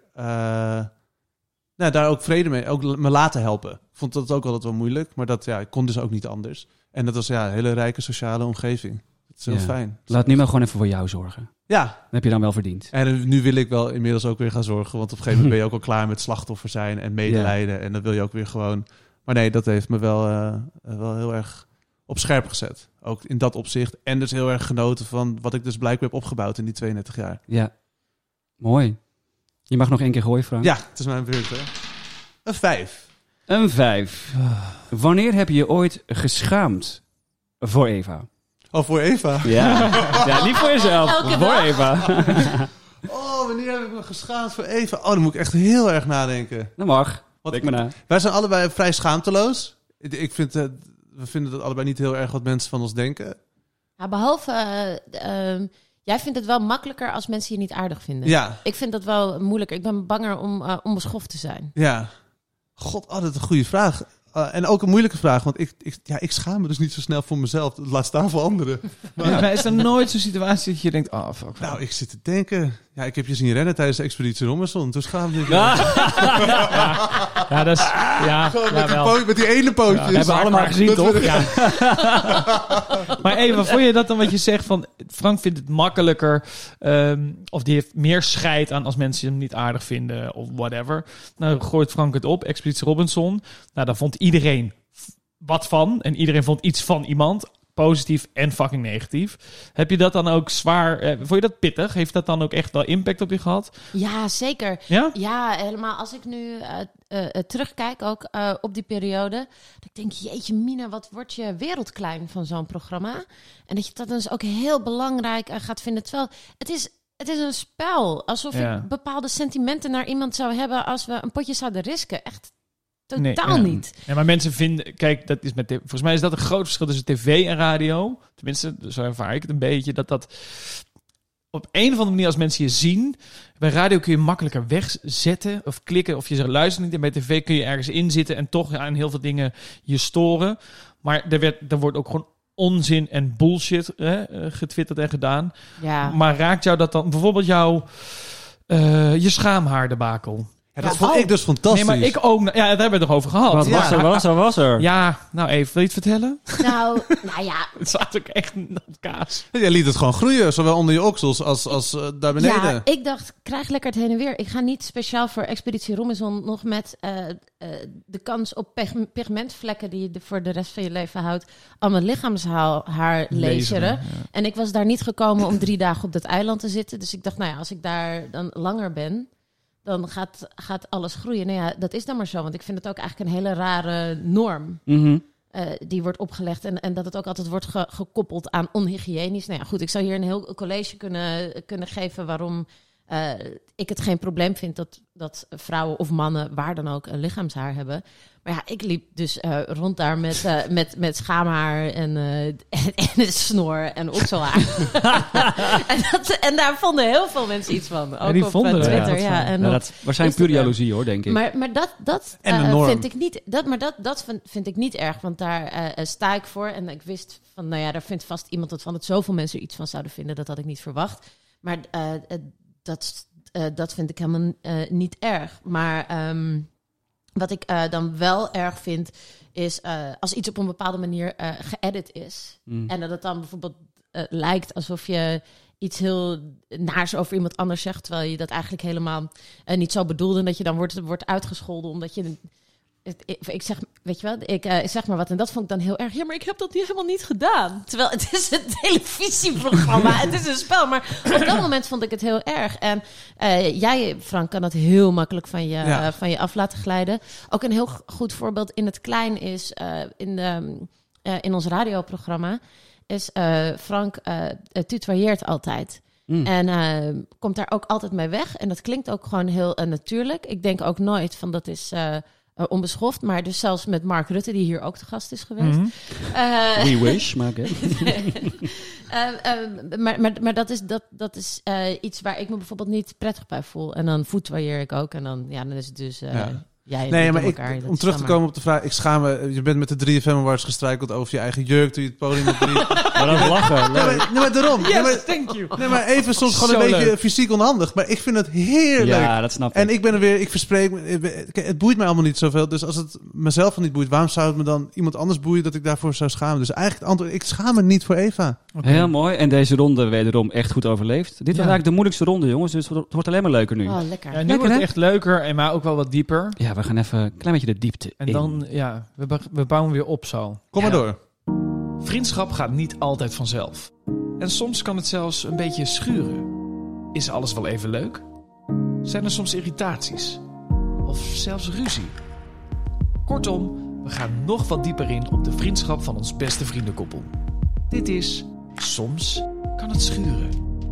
daar ook vrede mee, ook me laten helpen. Ik vond dat ook altijd wel moeilijk, maar ik kon dus ook niet anders. En dat was een hele rijke sociale omgeving. Dat is heel fijn. Laat nu maar gewoon even voor jou zorgen. Ja. Dat heb je dan wel verdiend. En nu wil ik wel inmiddels ook weer gaan zorgen, want op een gegeven moment ben je ook al klaar met slachtoffer zijn en medelijden. En dan wil je ook weer gewoon... Maar nee, dat heeft me wel heel erg op scherp gezet. Ook in dat opzicht. En dus heel erg genoten van wat ik dus blijkbaar heb opgebouwd in die 32 jaar. Ja, mooi. Je mag nog 1 keer gooien, Frank. Ja, het is mijn beurt, hè. Een 5. Een 5. Wanneer heb je je ooit geschaamd voor Eva? Oh, voor Eva? Ja, niet voor jezelf. Elke voor dag. Eva. Oh, wanneer heb ik me geschaamd voor Eva? Oh, dan moet ik echt heel erg nadenken. Dat mag. Wat- Denk maar na. Wij zijn allebei vrij schaamteloos. We vinden dat allebei niet heel erg wat mensen van ons denken. Ja, behalve, jij vindt het wel makkelijker als mensen je niet aardig vinden. Ja, Ik vind dat wel moeilijker. Ik ben banger om onbeschoft te zijn. ja. God, dat is een goede vraag. En ook een moeilijke vraag, want ik schaam me dus niet zo snel voor mezelf. Laat staan voor anderen. Maar is er nooit zo'n situatie dat je denkt, fuck. Nou, ik zit te denken. Ja, ik heb je zien rennen tijdens de Expeditie Robinson. Toen schaamde ik me. Ja, dat is... Ja, Gewoon wel. met die ene pootjes. Ja, we hebben we allemaal gezien, Dat toch? we- Ja. Maar Eva, vond je dat dan wat je zegt van... Frank vindt het makkelijker... of die heeft meer scheid aan als mensen hem niet aardig vinden of whatever. Nou, gooit Frank het op. Expeditie Robinson. Nou, daar vond iedereen wat van. En iedereen vond iets van iemand. Positief en fucking negatief. Heb je dat dan ook zwaar... vond je dat pittig? Heeft dat dan ook echt wel impact op je gehad? Ja, zeker. Ja? Ja, helemaal. Als ik nu terugkijk ook op die periode. Dat ik denk, jeetje Mina, wat wordt je wereld klein van zo'n programma. En dat je dat dus ook heel belangrijk gaat vinden. Terwijl het is een spel. Alsof ik bepaalde sentimenten naar iemand zou hebben als we een potje zouden risken. Echt totaal niet. Ja, maar mensen vinden... Kijk, dat is volgens mij is dat een groot verschil tussen tv en radio. Tenminste, zo ervaar ik het een beetje. Dat op een of andere manier als mensen je zien... Bij radio kun je makkelijker wegzetten of klikken of je zegt luister niet. En bij tv kun je ergens inzitten en toch aan heel veel dingen je storen. Maar er wordt ook gewoon onzin en bullshit getwitterd en gedaan. Ja. Maar raakt jou dat dan... Bijvoorbeeld je schaamhaardebakel. Ja, dat vond ik dus fantastisch. Nee, maar ik ook... Ja, daar hebben we het nog over gehad. Wat was er? Ja, nou even, wil je het vertellen? Nou ja. Het staat ook echt op kaas. Jij liet het gewoon groeien, zowel onder je oksels als daar beneden. Ja, ik dacht, krijg lekker het heen en weer. Ik ga niet speciaal voor Expeditie Robinson nog met de kans op pigmentvlekken die je voor de rest van je leven houdt, allemaal lichaamshaar laseren. Ja. En ik was daar niet gekomen om 3 dagen op dat eiland te zitten. Dus ik dacht, nou ja, als ik daar dan langer ben, dan gaat alles groeien. Nou ja, dat is dan maar zo. Want ik vind het ook eigenlijk een hele rare norm. Mhm. Die wordt opgelegd en dat het ook altijd wordt gekoppeld aan onhygiënisch. Nou ja, goed, ik zou hier een heel college kunnen geven waarom ik het geen probleem vind dat vrouwen of mannen, waar dan ook, een lichaamshaar hebben. Maar ja, ik liep dus rond daar met schaamhaar en een snor en okselhaar. en daar vonden heel veel mensen iets van. Ook die op vonden er Twitter. wat Ja, van. en Nou, op dat waarschijnlijk pure Instagram. jaloezie hoor, denk ik. Maar dat En de norm. vind ik niet. Dat vind ik niet erg, want daar sta ik voor. En ik wist van, nou ja, daar vindt vast iemand dat van dat zoveel mensen er iets van zouden vinden. Dat had ik niet verwacht. Maar dat vind ik helemaal niet erg. Maar wat ik dan wel erg vind, is als iets op een bepaalde manier geëdit is. En dat het dan bijvoorbeeld lijkt alsof je iets heel naars over iemand anders zegt, terwijl je dat eigenlijk helemaal niet zo bedoelde. En dat je dan wordt uitgescholden omdat je... Ik zeg, weet je wel, ik zeg maar wat. En dat vond ik dan heel erg. Ja, maar ik heb dat helemaal niet gedaan. Terwijl het is een televisieprogramma. Het is een spel. Maar op dat moment vond ik het heel erg. En jij, Frank, kan dat heel makkelijk van je af laten glijden. Ook een heel goed voorbeeld in het klein is in ons radioprogramma. Is Frank tutoieert altijd. En komt daar ook altijd mee weg. En dat klinkt ook gewoon heel natuurlijk. Ik denk ook nooit van dat is onbeschoft. Maar dus zelfs met Mark Rutte, die hier ook te gast is geweest. Mhm. We wish, maar oké. Maar dat is iets waar ik me bijvoorbeeld niet prettig bij voel. En dan voetwaaier ik ook. En dan is het dus... jij Nee, maar elkaar, om terug te komen op de vraag, ik schaam me. Je bent met de 3FM Awards gestruikeld over je eigen jurk toen je het podium op 3. Maar dan lachen. Nee, maar daarom. Yes, thank you. Nee, maar even soms gewoon een Zo beetje leuk. fysiek onhandig. Maar ik vind het heerlijk. Ja, dat snap ik. En ik ben er weer, ik verspreek me. Kijk, het boeit mij allemaal niet zoveel. Dus als het mezelf al niet boeit, waarom zou het me dan iemand anders boeien dat ik daarvoor zou schamen? Dus eigenlijk het antwoord, ik schaam me niet voor Eva. Okay. Heel mooi. En deze ronde wederom echt goed overleefd. Dit was eigenlijk de moeilijkste ronde, jongens. Dus het wordt alleen maar leuker nu. Oh, lekker. Ja, nu Lekker, wordt het hè? echt leuker, maar ook wel wat dieper. Ja, we gaan even een klein beetje de diepte En in. dan, we bouwen weer op zo. Kom maar door. Vriendschap gaat niet altijd vanzelf. En soms kan het zelfs een beetje schuren. Is alles wel even leuk? Zijn er soms irritaties? Of zelfs ruzie? Kortom, we gaan nog wat dieper in op de vriendschap van ons beste vriendenkoppel. Dit is Soms kan het schuren.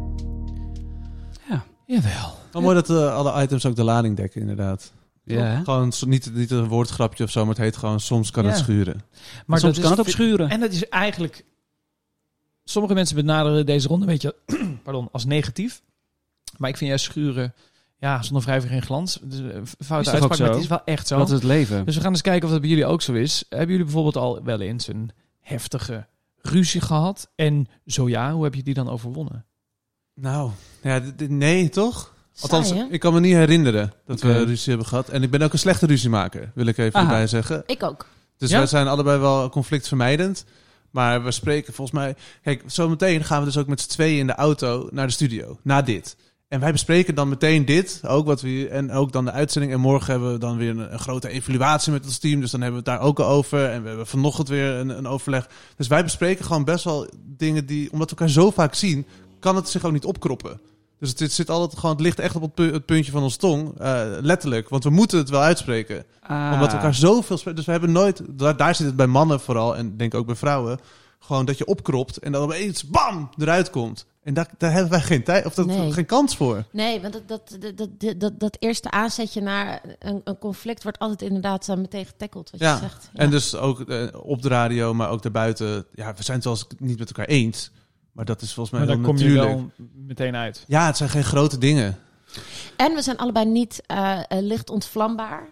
Ja. Jawel. Wel mooi dat alle items ook de lading dekken, inderdaad. Ja, hè? Gewoon niet een woordgrapje of zo, maar het heet gewoon soms kan het Ja. schuren. Maar soms dat kan is- het ook schuren. En dat is eigenlijk... Sommige mensen benaderen deze ronde een beetje als negatief. Maar ik vind juist schuren... Ja, zonder wrijving geen glans. Dus, foute toch ook uitspraak, zo? maar het is wel echt zo. Dat is het leven. Dus we gaan eens kijken of dat bij jullie ook zo is. Hebben jullie bijvoorbeeld al wel eens een heftige ruzie gehad? En zo ja, hoe heb je die dan overwonnen? Nou, ja, nee, toch? Althans, Saai, hè? ik kan me niet herinneren dat Oké. we ruzie hebben gehad. En ik ben ook een slechte ruziemaker, wil ik even Aha. erbij zeggen. Ik ook. Dus Ja? wij zijn allebei wel conflictvermijdend. Maar we spreken volgens mij... Kijk, zometeen gaan we dus ook met z'n tweeën in de auto naar de studio. Na dit. En wij bespreken dan meteen dit. Ook wat we, en ook dan de uitzending. En morgen hebben we dan weer een grote evaluatie met ons team. Dus dan hebben we het daar ook over. En we hebben vanochtend weer een overleg. Dus wij bespreken gewoon best wel dingen die... Omdat we elkaar zo vaak zien, kan het zich ook niet opkroppen. Dus het zit altijd gewoon... Het ligt echt op het puntje van ons tong. Letterlijk. Want we moeten het wel uitspreken. Omdat we elkaar zoveel spreken. Dus we hebben nooit... Daar zit het bij mannen vooral. En denk ook bij vrouwen. Gewoon dat je opkropt. En dan opeens bam! Eruit komt. En daar hebben wij geen tijd. Of Nee. geen kans voor. Nee, want dat eerste aanzetje naar een conflict wordt altijd inderdaad meteen getackeld, wat je Ja. zegt. Ja. En dus ook op de radio, maar ook daarbuiten. Ja, we zijn het wel eens niet met elkaar eens. Maar dat is volgens mij Maar heel dan kom je natuurlijk. wel meteen uit. Ja, het zijn geen grote dingen. En we zijn allebei niet licht ontvlambaar.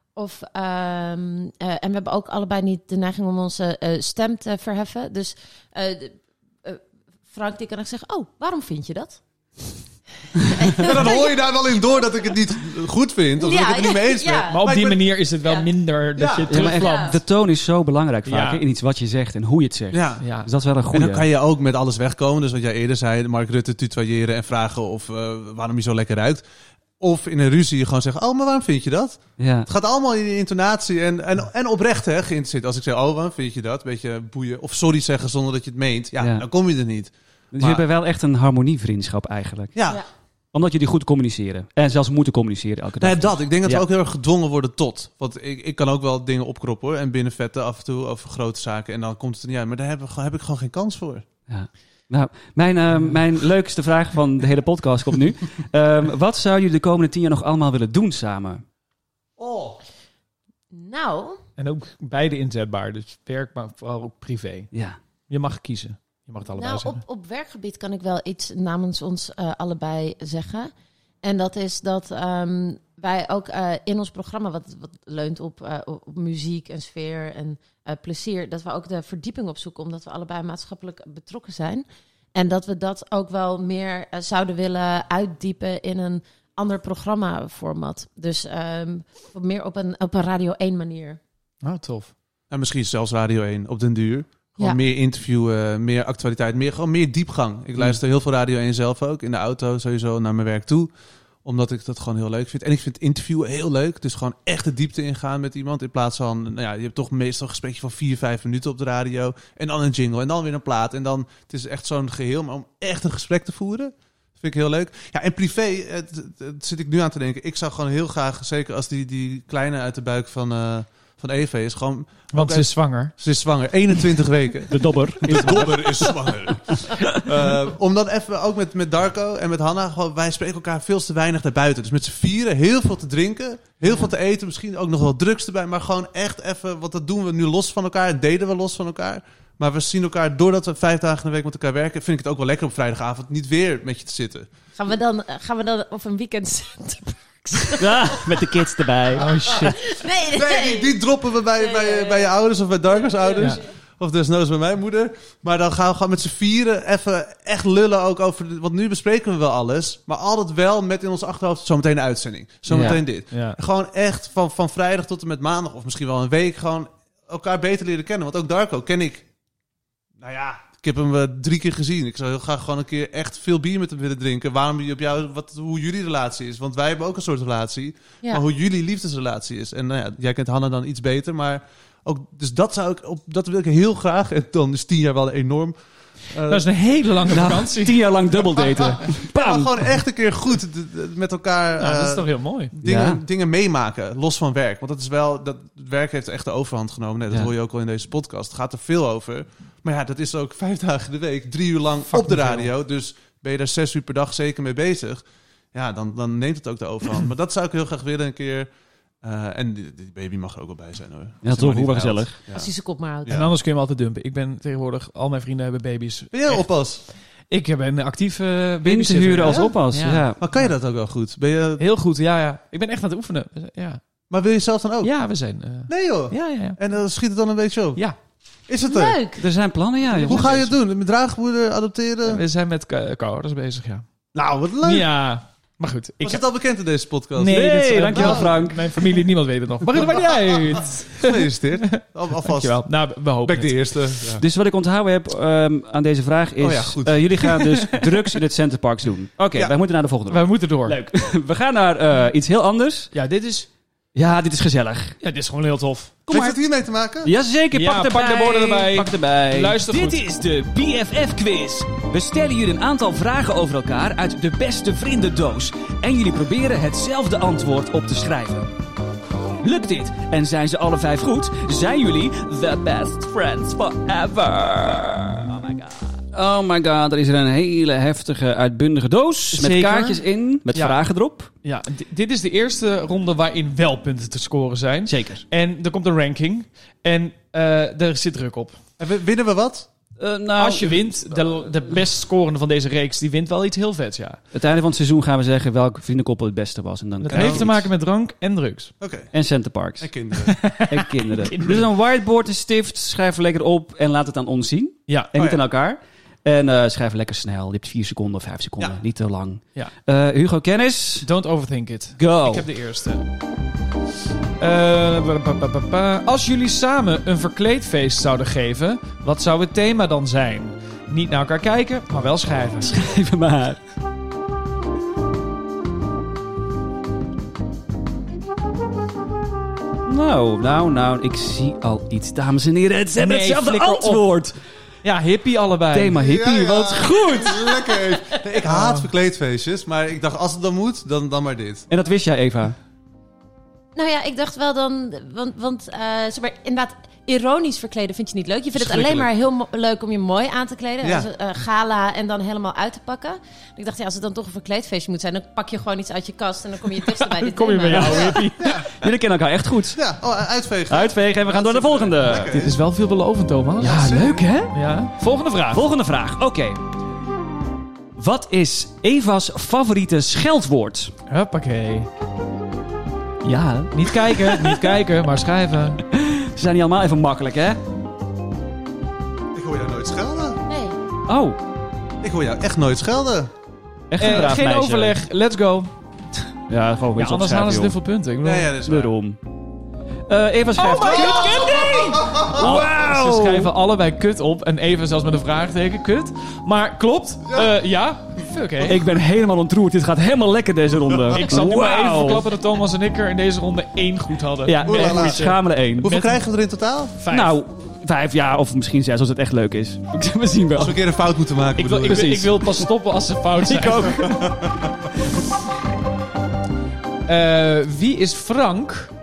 En we hebben ook allebei niet de neiging om onze stem te verheffen. Dus Frank die kan ook zeggen, oh, waarom vind je dat? En dan hoor je daar wel in door dat ik het niet goed vind. Of dat ik het er niet mee eens ben. ja. Maar op ik die ben- manier is het wel Ja. minder dat Ja. je Ja, maar echt, terugvlamt. de toon is zo belangrijk vaak Ja. hè, in iets wat je zegt en hoe je het zegt. Ja. Ja. Dus dat is wel een En goede. dan kan je ook met alles wegkomen. Dus wat jij eerder zei, Mark Rutte tutoyeren en vragen of waarom hij zo lekker ruikt. Of in een ruzie gewoon zeggen, oh, maar waarom vind je dat? Ja. Het gaat allemaal in die intonatie en oprecht hè, geïnteresseerd. Als ik zeg, oh, waarom vind je dat? Beetje boeien. Of sorry zeggen zonder dat je het meent. Ja, Ja. dan kom je er niet. Dus Maar- je hebt wel echt een harmonievriendschap eigenlijk. Ja, Ja. Omdat jullie goed communiceren. En zelfs moeten communiceren elke dag. nee, dat. Ik denk dat Ja. we ook heel erg gedwongen worden tot. Want ik kan ook wel dingen opkroppen hoor. En binnenvetten af en toe over grote zaken. En dan komt het er niet uit. Maar daar heb ik gewoon geen kans voor. Ja. Nou, mijn leukste vraag van de hele podcast komt nu. Wat zou jullie de komende 10 jaar nog allemaal willen doen samen? Oh. Nou, En ook beide inzetbaar. Dus werk, maar vooral ook privé. Ja. Je mag kiezen. Je mag het allebei zeggen. op werkgebied kan ik wel iets namens ons allebei zeggen. En dat is dat wij ook in ons programma, wat leunt op muziek en sfeer en plezier, dat we ook de verdieping opzoeken, omdat we allebei maatschappelijk betrokken zijn. En dat we dat ook wel meer zouden willen uitdiepen in een ander programmaformat. Dus meer op een Radio 1 manier. Oh, tof. En misschien zelfs Radio 1 op den duur. Gewoon Ja. meer interviewen, meer actualiteit, gewoon meer diepgang. Ik luister heel veel Radio 1 zelf ook. In de auto sowieso naar mijn werk toe. Omdat ik dat gewoon heel leuk vind. En ik vind interviewen heel leuk. Dus gewoon echt de diepte ingaan met iemand. In plaats van, nou ja, je hebt toch meestal een gesprekje van 4-5 minuten op de radio. En dan een jingle en dan weer een plaat. En dan, het is echt zo'n geheel. Maar om echt een gesprek te voeren, vind ik heel leuk. Ja, en privé, het zit ik nu aan te denken. Ik zou gewoon heel graag, zeker als die kleine uit de buik van van Eva is gewoon... Want ze is zwanger. Ze is zwanger, 21 weken. De dobber. De dobber is zwanger. Om dan even, ook met Darko en met Hanna, gewoon, wij spreken elkaar veel te weinig daarbuiten. Dus met z'n vieren heel veel te drinken, heel veel te eten, misschien ook nog wel drugs erbij. Maar gewoon echt even, want dat doen we nu los van elkaar, deden we los van elkaar. Maar we zien elkaar, doordat we 5 dagen in de week met elkaar werken, vind ik het ook wel lekker op vrijdagavond niet weer met je te zitten. Gaan we dan op een weekend Ja, met de kids erbij. Oh shit. Nee. Die droppen we bij je ouders of bij Darko's ouders. Ja. Of desnoods bij mijn moeder. Maar dan gaan we gewoon met z'n vieren even echt lullen ook over... Want nu bespreken we wel alles. Maar altijd wel met in ons achterhoofd zometeen de uitzending. Zometeen dit. Ja. Gewoon echt van vrijdag tot en met maandag. Of misschien wel een week. Gewoon elkaar beter leren kennen. Want ook Darko ken ik... Nou ja, ik heb hem 3 keer gezien. Ik zou heel graag gewoon een keer echt veel bier met hem willen drinken. Waarom je op jou... hoe jullie relatie is. Want wij hebben ook een soort relatie. Ja. Maar hoe jullie liefdesrelatie is. En nou ja, jij kent Hanna dan iets beter. Maar... Ook, dus dat wil ik heel graag. En dan is 10 jaar wel enorm. Dat is een hele lange vakantie. 10 jaar lang dubbel daten. Maar Bam! gewoon echt een keer goed met elkaar Nou, dat is toch heel mooi. dingen meemaken. Los van werk. Want dat is wel... Dat werk heeft echt de overhand genomen. Nee, dat hoor je ook wel in deze podcast. Het gaat er veel over. Maar ja, dat is ook 5 dagen in de week. 3 uur lang op de radio. Dus ben je daar 6 uur per dag zeker mee bezig. Ja, dan neemt het ook de overhand. Maar dat zou ik heel graag willen een keer... en die baby mag er ook wel bij zijn hoor. Ja, toch, hoe gezellig. Ja. Als hij zijn kop maar houdt. Ja. En anders kun je hem altijd dumpen. Ik ben tegenwoordig... Al mijn vrienden hebben baby's. Ben jij oppas? Ik ben actief In te babysitter. huren als Ja? oppas. Ja. Ja. Maar kan je dat ook wel goed? Ben je... Heel goed, ja. Ik ben echt aan het oefenen. Ja, Maar wil je zelf dan ook? ja we zijn... Nee joh. Ja. En dan schiet het dan een beetje op? Ja, Is het er? Leuk. Er zijn plannen, ja. Hoe jongens. ga je het doen? Met draagmoeder adopteren? we zijn met co-ouders bezig, ja. Nou, wat leuk. Ja, maar goed. Was het al bekend in deze podcast? Nee, Nee, dit is, dankjewel, Frank. Mijn familie, niemand weet het nog. Maar het maakt niet uit. Gefeliciteerd. Alvast. Dankjewel. Nou, we hopen Ben ik de het. eerste. Ja. Dus wat ik onthouden heb aan deze vraag is... Oh ja, goed. jullie gaan dus drugs in het Centerparks doen. Oké, Ja. wij moeten naar de volgende. We moeten door. Leuk. We gaan naar iets heel anders. Ja, dit is Dit is gezellig. gewoon heel tof. Heeft het hiermee te maken? Jazeker, Ja, pak pak de borden erbij. Pak erbij. Luister Dit goed. is de BFF-quiz. We stellen jullie een aantal vragen over elkaar uit de beste vriendendoos. En jullie proberen hetzelfde antwoord op te schrijven. Lukt dit en zijn ze alle 5 goed, zijn jullie the best friends forever. Oh my god. Oh my god, er is er een hele heftige, uitbundige doos. Met Zeker. kaartjes in, met Ja. vragen erop. Ja, dit is de eerste ronde waarin wel punten te scoren zijn. Zeker. En er komt een ranking. En er zit druk op. En winnen we wat? Nou, Als je wint, de best scorende van deze reeks, die wint wel iets heel vets, ja. het einde van het seizoen gaan we zeggen welk vriendenkoppel het beste was. En dan Dat krijg je heeft te iets. maken met drank en drugs. Oké. En Centerparks. En kinderen. En kinderen. Dus een whiteboard, een stift, schrijf er lekker op en laat het aan ons zien. Ja. En niet ja. aan elkaar. En schrijf lekker snel. Je hebt 4 seconden of 5 seconden. Ja. Niet te lang. Ja. Hugo Kennis. Don't overthink it. Go. Ik heb de eerste. Als jullie samen een verkleedfeest zouden geven, wat zou het thema dan zijn? Niet naar elkaar kijken, maar wel schrijven. Even maar. Nou, ik zie al iets, dames en heren. Het is Nee, hetzelfde flikker op. antwoord. Ja, hippie allebei. Thema hippie, Ja, ja. wat goed. Lekker. Nee, ik haat verkleedfeestjes, maar ik dacht als het dan moet, dan maar dit. En dat wist jij, Eva? Nou ja, ik dacht wel dan... Want zeg maar, inderdaad, ironisch verkleden vind je niet leuk. Je vindt het alleen maar heel leuk om je mooi aan te kleden. Ja. Als gala en dan helemaal uit te pakken. En ik dacht, ja, als het dan toch een verkleedfeestje moet zijn... dan pak je gewoon iets uit je kast en dan kom je dichter bij dit Kom je bij thema. jou, hippie. Jullie kennen elkaar echt goed. Ja, uitvegen. Uitvegen en we gaan door naar de volgende. Dit is wel veelbelovend, Thomas. Ja, leuk hè? Ja. Volgende vraag. Volgende vraag, oké. Wat is Eva's favoriete scheldwoord? Huppakee. Ja, Niet kijken, maar schrijven. ze zijn niet allemaal even makkelijk hè? Ik hoor jou nooit schelden. Nee. Oh, Ik hoor jou echt nooit schelden. echt een braaf Geen meisje. overleg, let's go. Ja, gewoon Ja, iets anders halen ze te veel punten. Ik bedoel, Nee, ja, dat is waar. Waarom? Eva schrijft... Oh my God! Wauw! Ze schrijven allebei kut op en even zelfs met een vraagteken, kut. Maar klopt, ja. Fuck, hè. Ik ben helemaal ontroerd. Dit gaat helemaal lekker deze ronde. Ik zal nu maar even Wauw. verklappen dat Thomas en ik er in deze ronde 1 goed hadden. Ja, Oelala. echt schamele 1. Hoeveel Met- krijgen we er in totaal? 5. Nou, 5 ja, of misschien 6 als het echt leuk is. We zien wel. Als we een keer een fout moeten maken. ik wil, bedoel je? ik wil pas stoppen als ze fout zijn. Ik ook. Wie is Frank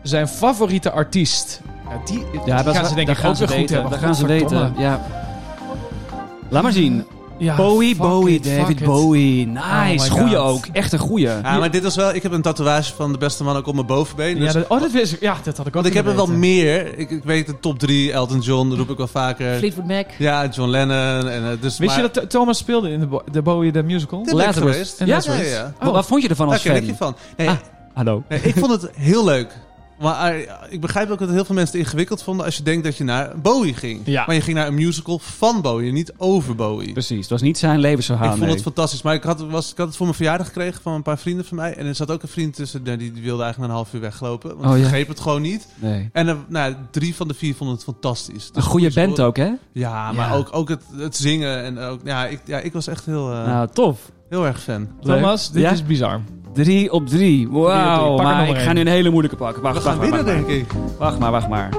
zijn favoriete artiest. Ja, die gaan ze denk ik ook weer goed hebben. Dat gaan ze weten, ja. Laat maar zien. Ja, Bowie, fuck David it. Bowie. Nice, Oh my goeie God. ook. Echt een goeie. Ja, maar dit was wel... Ik heb een tatoeage van de beste man ook op mijn bovenbeen. Dus, Ja, dat wist ik. Ja, dat had ik ook want ik heb er wel weten. meer. Ik weet de top 3. Elton John, dat roep ik wel vaker. Fleetwood Mac. Ja, John Lennon. En, dus, Wist je dat Thomas speelde in de Bowie the Musical? Dit ben ik Lazarus. geweest. En Ja, Lazarus. ja. Wat vond je ervan Daar als ken ik fan? je van. Nee, Hallo. nee, ik vond het heel leuk. Maar ik begrijp ook dat heel veel mensen het ingewikkeld vonden als je denkt dat je naar Bowie ging. Ja. Maar je ging naar een musical van Bowie, niet over Bowie. Precies, het was niet zijn levensverhaal. Ik vond het fantastisch. Maar ik had het voor mijn verjaardag gekregen van een paar vrienden van mij. En er zat ook een vriend tussen, die wilde eigenlijk na een half uur weglopen. Want Oh, ik ja. begreep het gewoon niet. Nee. En 3 van de 4 vonden het fantastisch. Een Dus goede score. band ook, hè? Ja, maar Ja. ook het zingen. En ook, ik was echt Nou, tof. heel erg fan. Thomas, dit Ja? is bizar. 3 op 3. Wauw. Pak er Maar nog ik ga één. nu een hele moeilijke pakken. We gaan winnen, denk ik. Wacht maar.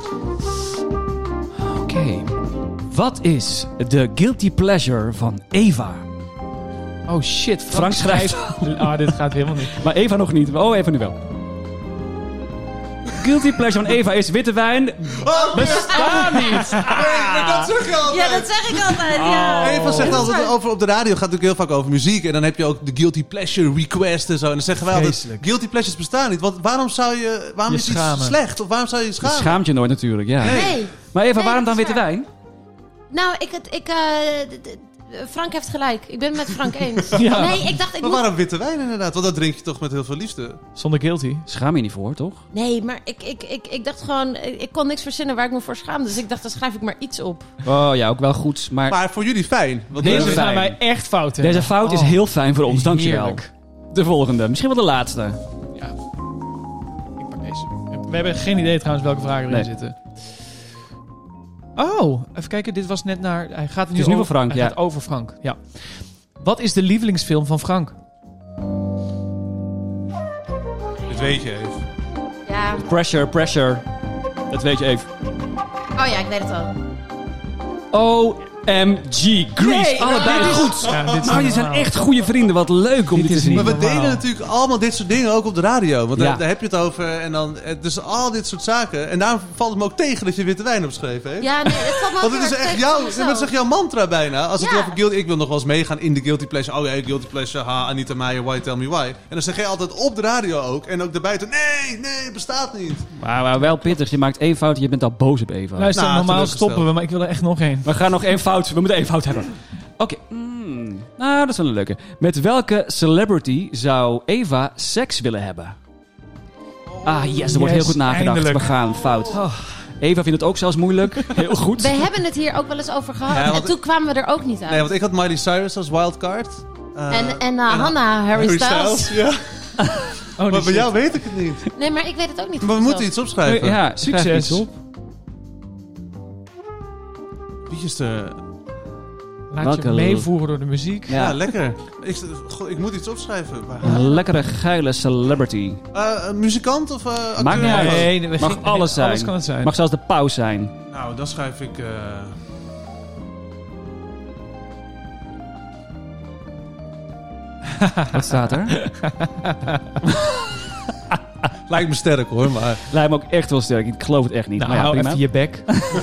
Oké. Wat is de guilty pleasure van Eva? Oh shit, Frank schrijft. Dit gaat helemaal niet. Maar Eva nog niet. Oh, Eva nu wel. Guilty pleasure van Eva is witte wijn. Bestaat niet. Nee, maar dat zeg je altijd. Ja, dat zeg ik altijd. Ja. Eva zegt altijd over, op de radio gaat het natuurlijk heel vaak over muziek. En dan heb je ook de guilty pleasure request en zo. En dan zeggen wij altijd, Vreselijk. guilty pleasures bestaan niet. Want waarom Je is iets schamen. slecht? Of waarom zou je je Je schamen? schaamt je nooit natuurlijk, ja. Nee. Maar Eva, Nee, waarom dan dat is witte waar. wijn? Nou, Frank heeft gelijk. Ik ben het met Frank eens. Ja. Nee, ik dacht... Maar waarom witte wijn inderdaad? Want dat drink je toch met heel veel liefde. Zonder guilty. Schaam je niet voor, toch? Nee, maar ik dacht gewoon... Ik kon niks verzinnen waar ik me voor schaamde. Dus ik dacht, dan schrijf ik maar iets op. Oh ja, ook wel goed. Maar Maar voor jullie fijn. Want Deze Heel gaan fijn. wij echt fout hebben. deze fout is Oh, heel fijn voor ons. Dankjewel. heerlijk. De volgende. Misschien wel de laatste. Ja. Ik pak deze. We hebben geen idee trouwens welke vragen erin Nee. zitten. Oh, even kijken. Dit was net naar... Hij gaat is nu voor Frank, hij ja. gaat over Frank, ja. Wat is de lievelingsfilm van Frank? dit weet je even. Ja. Pressure. Dat weet je even. Oh ja, ik weet het al. OMG. Grease. Allebei dit is- goed. Ja, dit is Maar die zijn normaal. echt goede vrienden. Wat leuk om Dit dit te is zien. niet Maar we normaal. delen natuurlijk allemaal dit soort dingen ook op de radio. Want Ja. daar heb je het over. En dan, dus al dit soort zaken. En daarom valt het me ook tegen dat je witte wijn opgeschreven heeft. Ja, nee, het valt me ook Want het heel is erg echt tegen jouw, mezelf. dat is echt jouw mantra bijna. Als het Ja. over guilty, ik wil nog wel eens meegaan in de guilty pleasure. Oh ja, guilty pleasure, Anita Meijer, why tell me why. En dan zeg jij altijd op de radio ook. En ook daarbuiten, nee, het bestaat niet. Maar wel pittig. Je maakt één fout en je bent al boos op Eva. Luister, Nou, normaal teleurgesteld. stoppen we, maar ik wil er echt nog één. We gaan nog één fout. We moeten één fout hebben. Oké. Nou, dat is wel een leuke. Met welke celebrity zou Eva seks willen hebben? Ah, yes. Er wordt heel goed nagedacht. eindelijk. We gaan fout. Eva vindt het ook zelfs moeilijk. Heel goed. We hebben het hier ook wel eens over gehad. Ja, want- en toen kwamen we er ook niet uit. Nee, want ik had Miley Cyrus als wildcard. en Hannah, Harry Styles. Ja. Oh, Maar bij jou weet ik het niet. Nee, maar ik weet het ook niet. Maar we van moeten mezelf. iets opschrijven. Ja, Succes. schrijf iets op. Wie is de... Laat Welke je meevoeren door de muziek. Ja, Ja. lekker. Ik moet iets opschrijven. Een lekkere, geile celebrity. Een muzikant of acteur? Maakt niet uit. Nee, Mag alles zijn. Alles kan het zijn. Mag zelfs de paus zijn. Nou, dan schrijf ik... Wat staat er? Lijkt me sterk hoor, maar... Lijkt me ook echt wel sterk. Ik geloof het echt niet. Nou, Maar ja, hou prima. even je bek.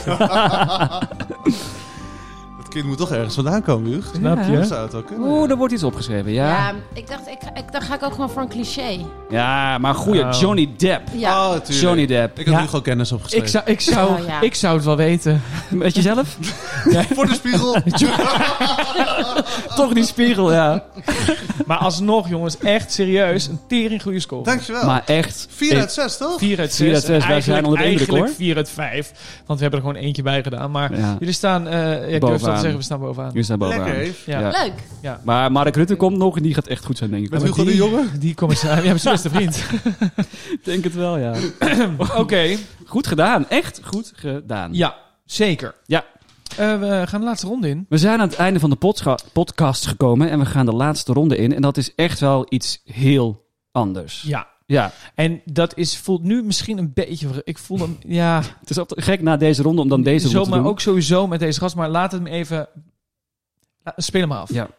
Het kind moet toch ergens vandaan komen, Huug? Snap Ja. je? Dat zou het ook kunnen. Oeh, er wordt iets opgeschreven. Ja, Ja, ik dacht, dan ga ik ook gewoon voor een cliché. ja maar goeie. Oh. Johnny Depp. Ja. Oh, tuurlijk. Johnny Depp. Ik had Ja. Hugo kennis opgeschreven. Oh, ja. Ik zou het wel weten. Met jezelf? Voor de spiegel. Toch die spiegel, ja. Maar alsnog, jongens, echt serieus. Een tering goede score. Dankjewel. Maar echt. 4 uit 6, toch? 4 uit 6. 4 uit 6, wij zijn onder de indruk, Eigenlijk hoor. 4 uit 5. Want we hebben er gewoon eentje bij gedaan. Maar Ja. jullie staan... ik durf dat te Bovenaan. zeggen, we staan bovenaan. Jullie staan bovenaan. Lekker, Eve. Ja. Ja. Leuk. Maar Mark Rutte komt nog en die gaat echt goed zijn, denk ik. Met hoor. Hugo de Jonge? Die commissaris. Ja, mijn beste vriend. Ik denk het wel, ja. Oké. Goed gedaan. Echt goed gedaan. Ja, zeker. Ja. We gaan de laatste ronde in. We zijn aan het einde van de podcast gekomen en we gaan de laatste ronde in. En dat is echt wel iets heel anders. Ja. Ja. En dat voelt nu misschien een beetje... Ik voel hem... Ja, Het is altijd gek na deze ronde om dan deze zo, ronde te maar doen. ook sowieso met deze gast. Maar laat het me even... Speel hem af. Ja.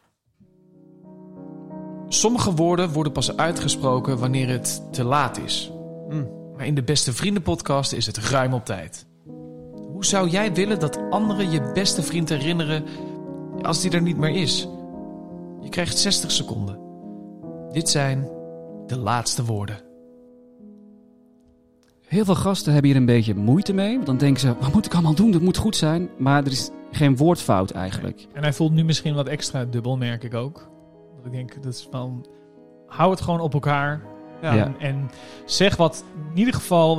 Sommige woorden worden pas uitgesproken wanneer het te laat is. Maar in de Beste Vrienden podcast is het ruim op tijd. Hoe zou jij willen dat anderen je beste vriend herinneren als die er niet meer is? Je krijgt 60 seconden. Dit zijn de laatste woorden. Heel veel gasten hebben hier een beetje moeite mee. Want dan denken ze, wat moet ik allemaal doen? Dat moet goed zijn. Maar er is geen woordfout eigenlijk. En hij voelt nu misschien wat extra dubbel, merk ik ook. Dat ik denk, dat is van, hou het gewoon op elkaar. Ja. En zeg wat, in ieder geval,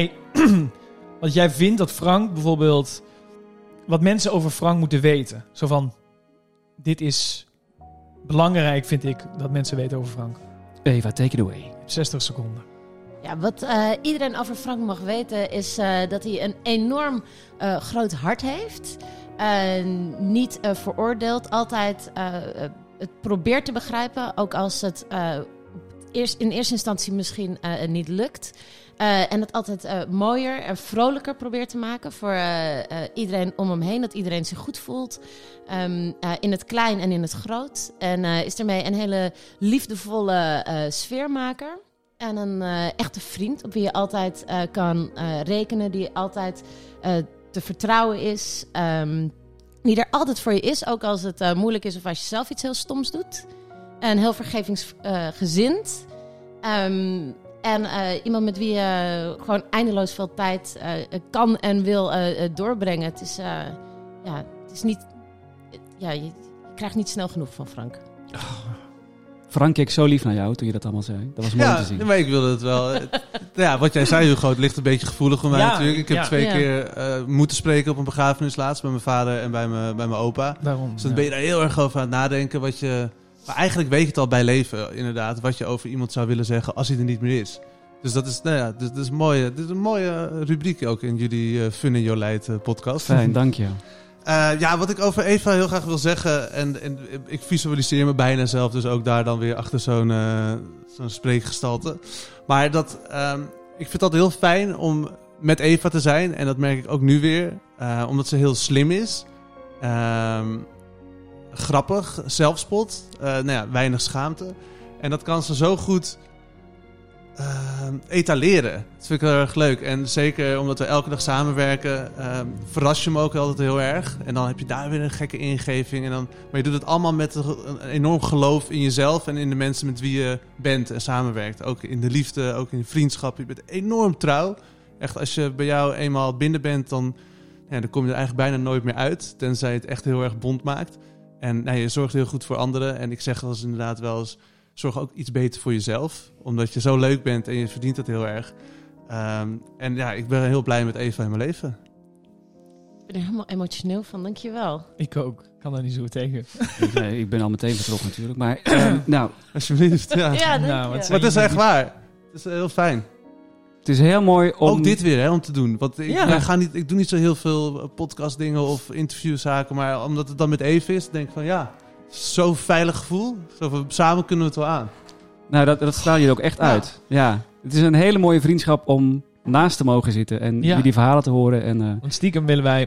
wat jij vindt dat Frank bijvoorbeeld, wat mensen over Frank moeten weten. Zo van, dit is belangrijk, vind ik, dat mensen weten over Frank. Eva, take it away. 60 seconden. Ja, wat iedereen over Frank mag weten is dat hij een enorm groot hart heeft. Niet veroordeelt, altijd het probeert te begrijpen, ook als het in eerste instantie misschien niet lukt. En het altijd mooier en vrolijker probeert te maken voor iedereen om hem heen. Dat iedereen zich goed voelt. In het klein en in het groot. En is daarmee een hele liefdevolle sfeermaker. En een echte vriend op wie je altijd kan rekenen. Die altijd te vertrouwen is. Die er altijd voor je is. Ook als het moeilijk is of als je zelf iets heel stoms doet. En heel vergevingsgezind. En iemand met wie je gewoon eindeloos veel tijd kan en wil doorbrengen. Het is niet... je krijgt niet snel genoeg van Frank. Frank keek zo lief naar jou toen je dat allemaal zei. Dat was mooi te zien. Ja, maar ik wilde het wel. Wat jij zei, Hugo, het ligt een beetje gevoelig voor mij natuurlijk. Ik heb 2 keer moeten spreken op een begrafenis laatst bij mijn vader en bij mijn opa. Daarom. Dus dan ben je daar heel erg over aan het nadenken. Maar eigenlijk weet je het al bij leven, inderdaad, wat je over iemand zou willen zeggen als hij er niet meer is. Dus dat is, dit is een mooie rubriek ook in jullie Fun in Your Light podcast. Fijn, dank je. Wat ik over Eva heel graag wil zeggen, en ik visualiseer me bijna zelf, dus ook daar dan weer achter zo'n spreekgestalte. Maar ik vind dat heel fijn om met Eva te zijn, en dat merk ik ook nu weer, omdat ze heel slim is. Grappig, zelfspot, weinig schaamte. En dat kan ze zo goed etaleren. Dat vind ik heel erg leuk. En zeker omdat we elke dag samenwerken, verras je me ook altijd heel erg. En dan heb je daar weer een gekke ingeving. Maar je doet het allemaal met een enorm geloof in jezelf en in de mensen met wie je bent en samenwerkt. Ook in de liefde, ook in de vriendschap. Je bent enorm trouw. Echt, als je bij jou eenmaal binnen bent, dan kom je er eigenlijk bijna nooit meer uit. Tenzij je het echt heel erg bond maakt. En je zorgt heel goed voor anderen. En ik zeg wel eens inderdaad wel eens, zorg ook iets beter voor jezelf. Omdat je zo leuk bent en je verdient het heel erg. Ik ben heel blij met Eva in mijn leven. Ik ben er helemaal emotioneel van, dankjewel. Ik ook. Ik kan daar niet zo tegen. Nee, ik ben al meteen vertrokken natuurlijk. Maar Alsjeblieft. Ja. Maar Maar het is echt waar. Het is heel fijn. Het is heel mooi om... Ook dit weer, om te doen. Want ik doe niet zo heel veel podcastdingen of interviewzaken. Maar omdat het dan met Eva is, denk ik van zo'n veilig gevoel. Samen kunnen we het wel aan. Nou, dat straal je er ook echt uit. Ja, het is een hele mooie vriendschap om naast te mogen zitten en jullie verhalen te horen. En, Want stiekem willen wij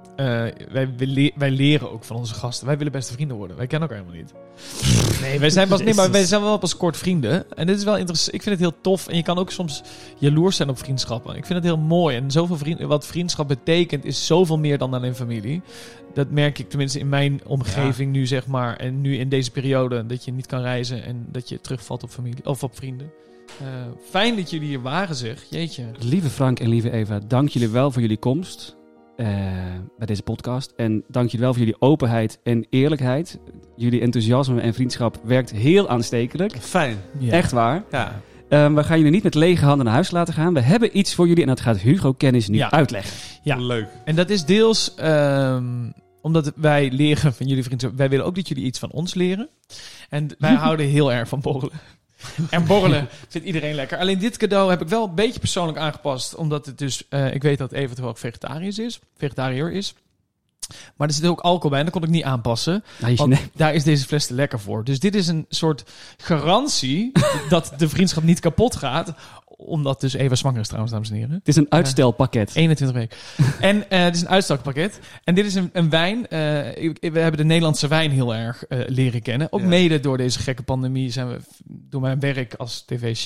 leren ook van onze gasten. Wij willen beste vrienden worden. Wij kennen elkaar helemaal niet. Nee, wij zijn wel pas kort vrienden. En dit is wel interessant. Ik vind het heel tof. En je kan ook soms jaloers zijn op vriendschappen. Ik vind het heel mooi. En zoveel wat vriendschap betekent is zoveel meer dan alleen familie. Dat merk ik tenminste in mijn omgeving nu, zeg maar. En nu in deze periode dat je niet kan reizen en dat je terugvalt op familie of op vrienden. Fijn dat jullie hier waren, zeg. Jeetje. Lieve Frank en lieve Eva, dank jullie wel voor jullie komst bij deze podcast. En dank jullie wel voor jullie openheid en eerlijkheid. Jullie enthousiasme en vriendschap werkt heel aanstekelijk. Fijn. Ja. Echt waar. Ja. We gaan jullie niet met lege handen naar huis laten gaan. We hebben iets voor jullie en dat gaat Hugo Kennis nu uitleggen. Ja, leuk. En dat is deels omdat wij leren van jullie vriendschap. Wij willen ook dat jullie iets van ons leren. En wij houden heel erg van borrelen. En borrelen vindt iedereen lekker. Alleen dit cadeau heb ik wel een beetje persoonlijk aangepast. Omdat het dus, ik weet dat eventueel ook vegetariër is. Maar er zit ook alcohol bij en dat kon ik niet aanpassen. Want daar is deze fles te lekker voor. Dus dit is een soort garantie dat de vriendschap niet kapot gaat. Omdat dus Eva zwanger is trouwens, dames en heren. Het is een uitstelpakket. 21 weken. En het is een uitstelpakket. En dit is een wijn. We hebben de Nederlandse wijn heel erg leren kennen. Ook mede door deze gekke pandemie zijn we door mijn werk als tv-chef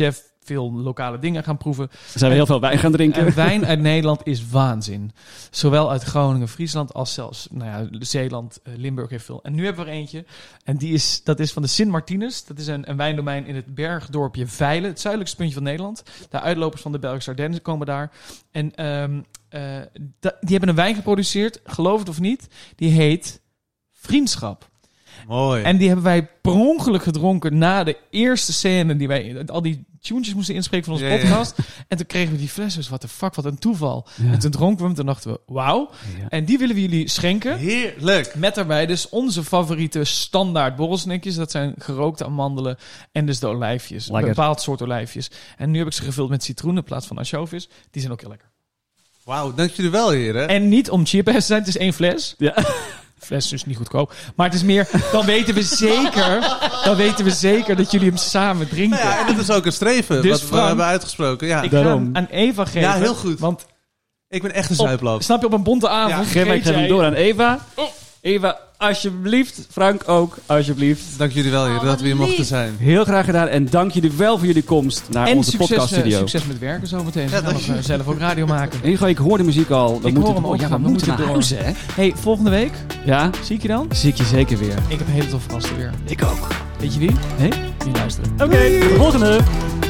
veel lokale dingen gaan proeven. Zijn we heel veel wijn gaan drinken. En wijn uit Nederland is waanzin. Zowel uit Groningen, Friesland als zelfs Zeeland, Limburg heeft veel. En nu hebben we er eentje. En dat is van de Sint Martinus. Dat is een wijndomein in het bergdorpje Veilen. Het zuidelijkste puntje van Nederland. De uitlopers van de Belgische Ardennen komen daar. En die hebben een wijn geproduceerd, geloof het of niet. Die heet Vriendschap. Mooi. En die hebben wij per ongeluk gedronken na de eerste scène die wij al die tunes moesten inspreken van onze podcast. En toen kregen we die fles. Dus what the fuck, wat een toeval. Ja. En toen dronken we hem, toen dachten we, wauw. Ja. En die willen we jullie schenken. Heerlijk. Met daarbij dus onze favoriete standaard borrelsnackjes. Dat zijn gerookte amandelen en dus de olijfjes. Lekker. Een bepaald soort olijfjes. En nu heb ik ze gevuld met citroen in plaats van ansjovis. Die zijn ook heel lekker. Wauw, dank jullie wel, heren. En niet om cheap te zijn, het is 1 fles. Ja. Fles is dus niet goedkoop. Maar het is meer, dan weten we zeker dat jullie hem samen drinken. Nou ja, en dat is ook een streven Dus wat we Frank, hebben uitgesproken. Ja, Ik ga daarom. hem aan Eva geven. Ja, heel goed. Want ik ben echt een zuiplaap. snap je, op een bonte avond Ja, Geef vergeet hem jij- door aan Eva. Eva, alsjeblieft. Frank ook, alsjeblieft. Dank jullie wel, heren, dat we hier wat mochten lief. zijn. Heel graag gedaan. En dank jullie wel voor jullie komst naar En onze podcaststudio. succes met werken zometeen. We Ja, gaan dank nog zelf ook radio maken. Ingo, ik hoor de muziek al. We Ik moeten hoor hem ook ja, we gaan. We moeten moeten naar door. huis, hè? Hey, volgende week, Ja, zie ik je dan? zie ik je zeker weer. Ik heb een hele toffe gasten weer. Ik ook. Weet je wie? Hé? Die luisteren. Oké, tot de volgende.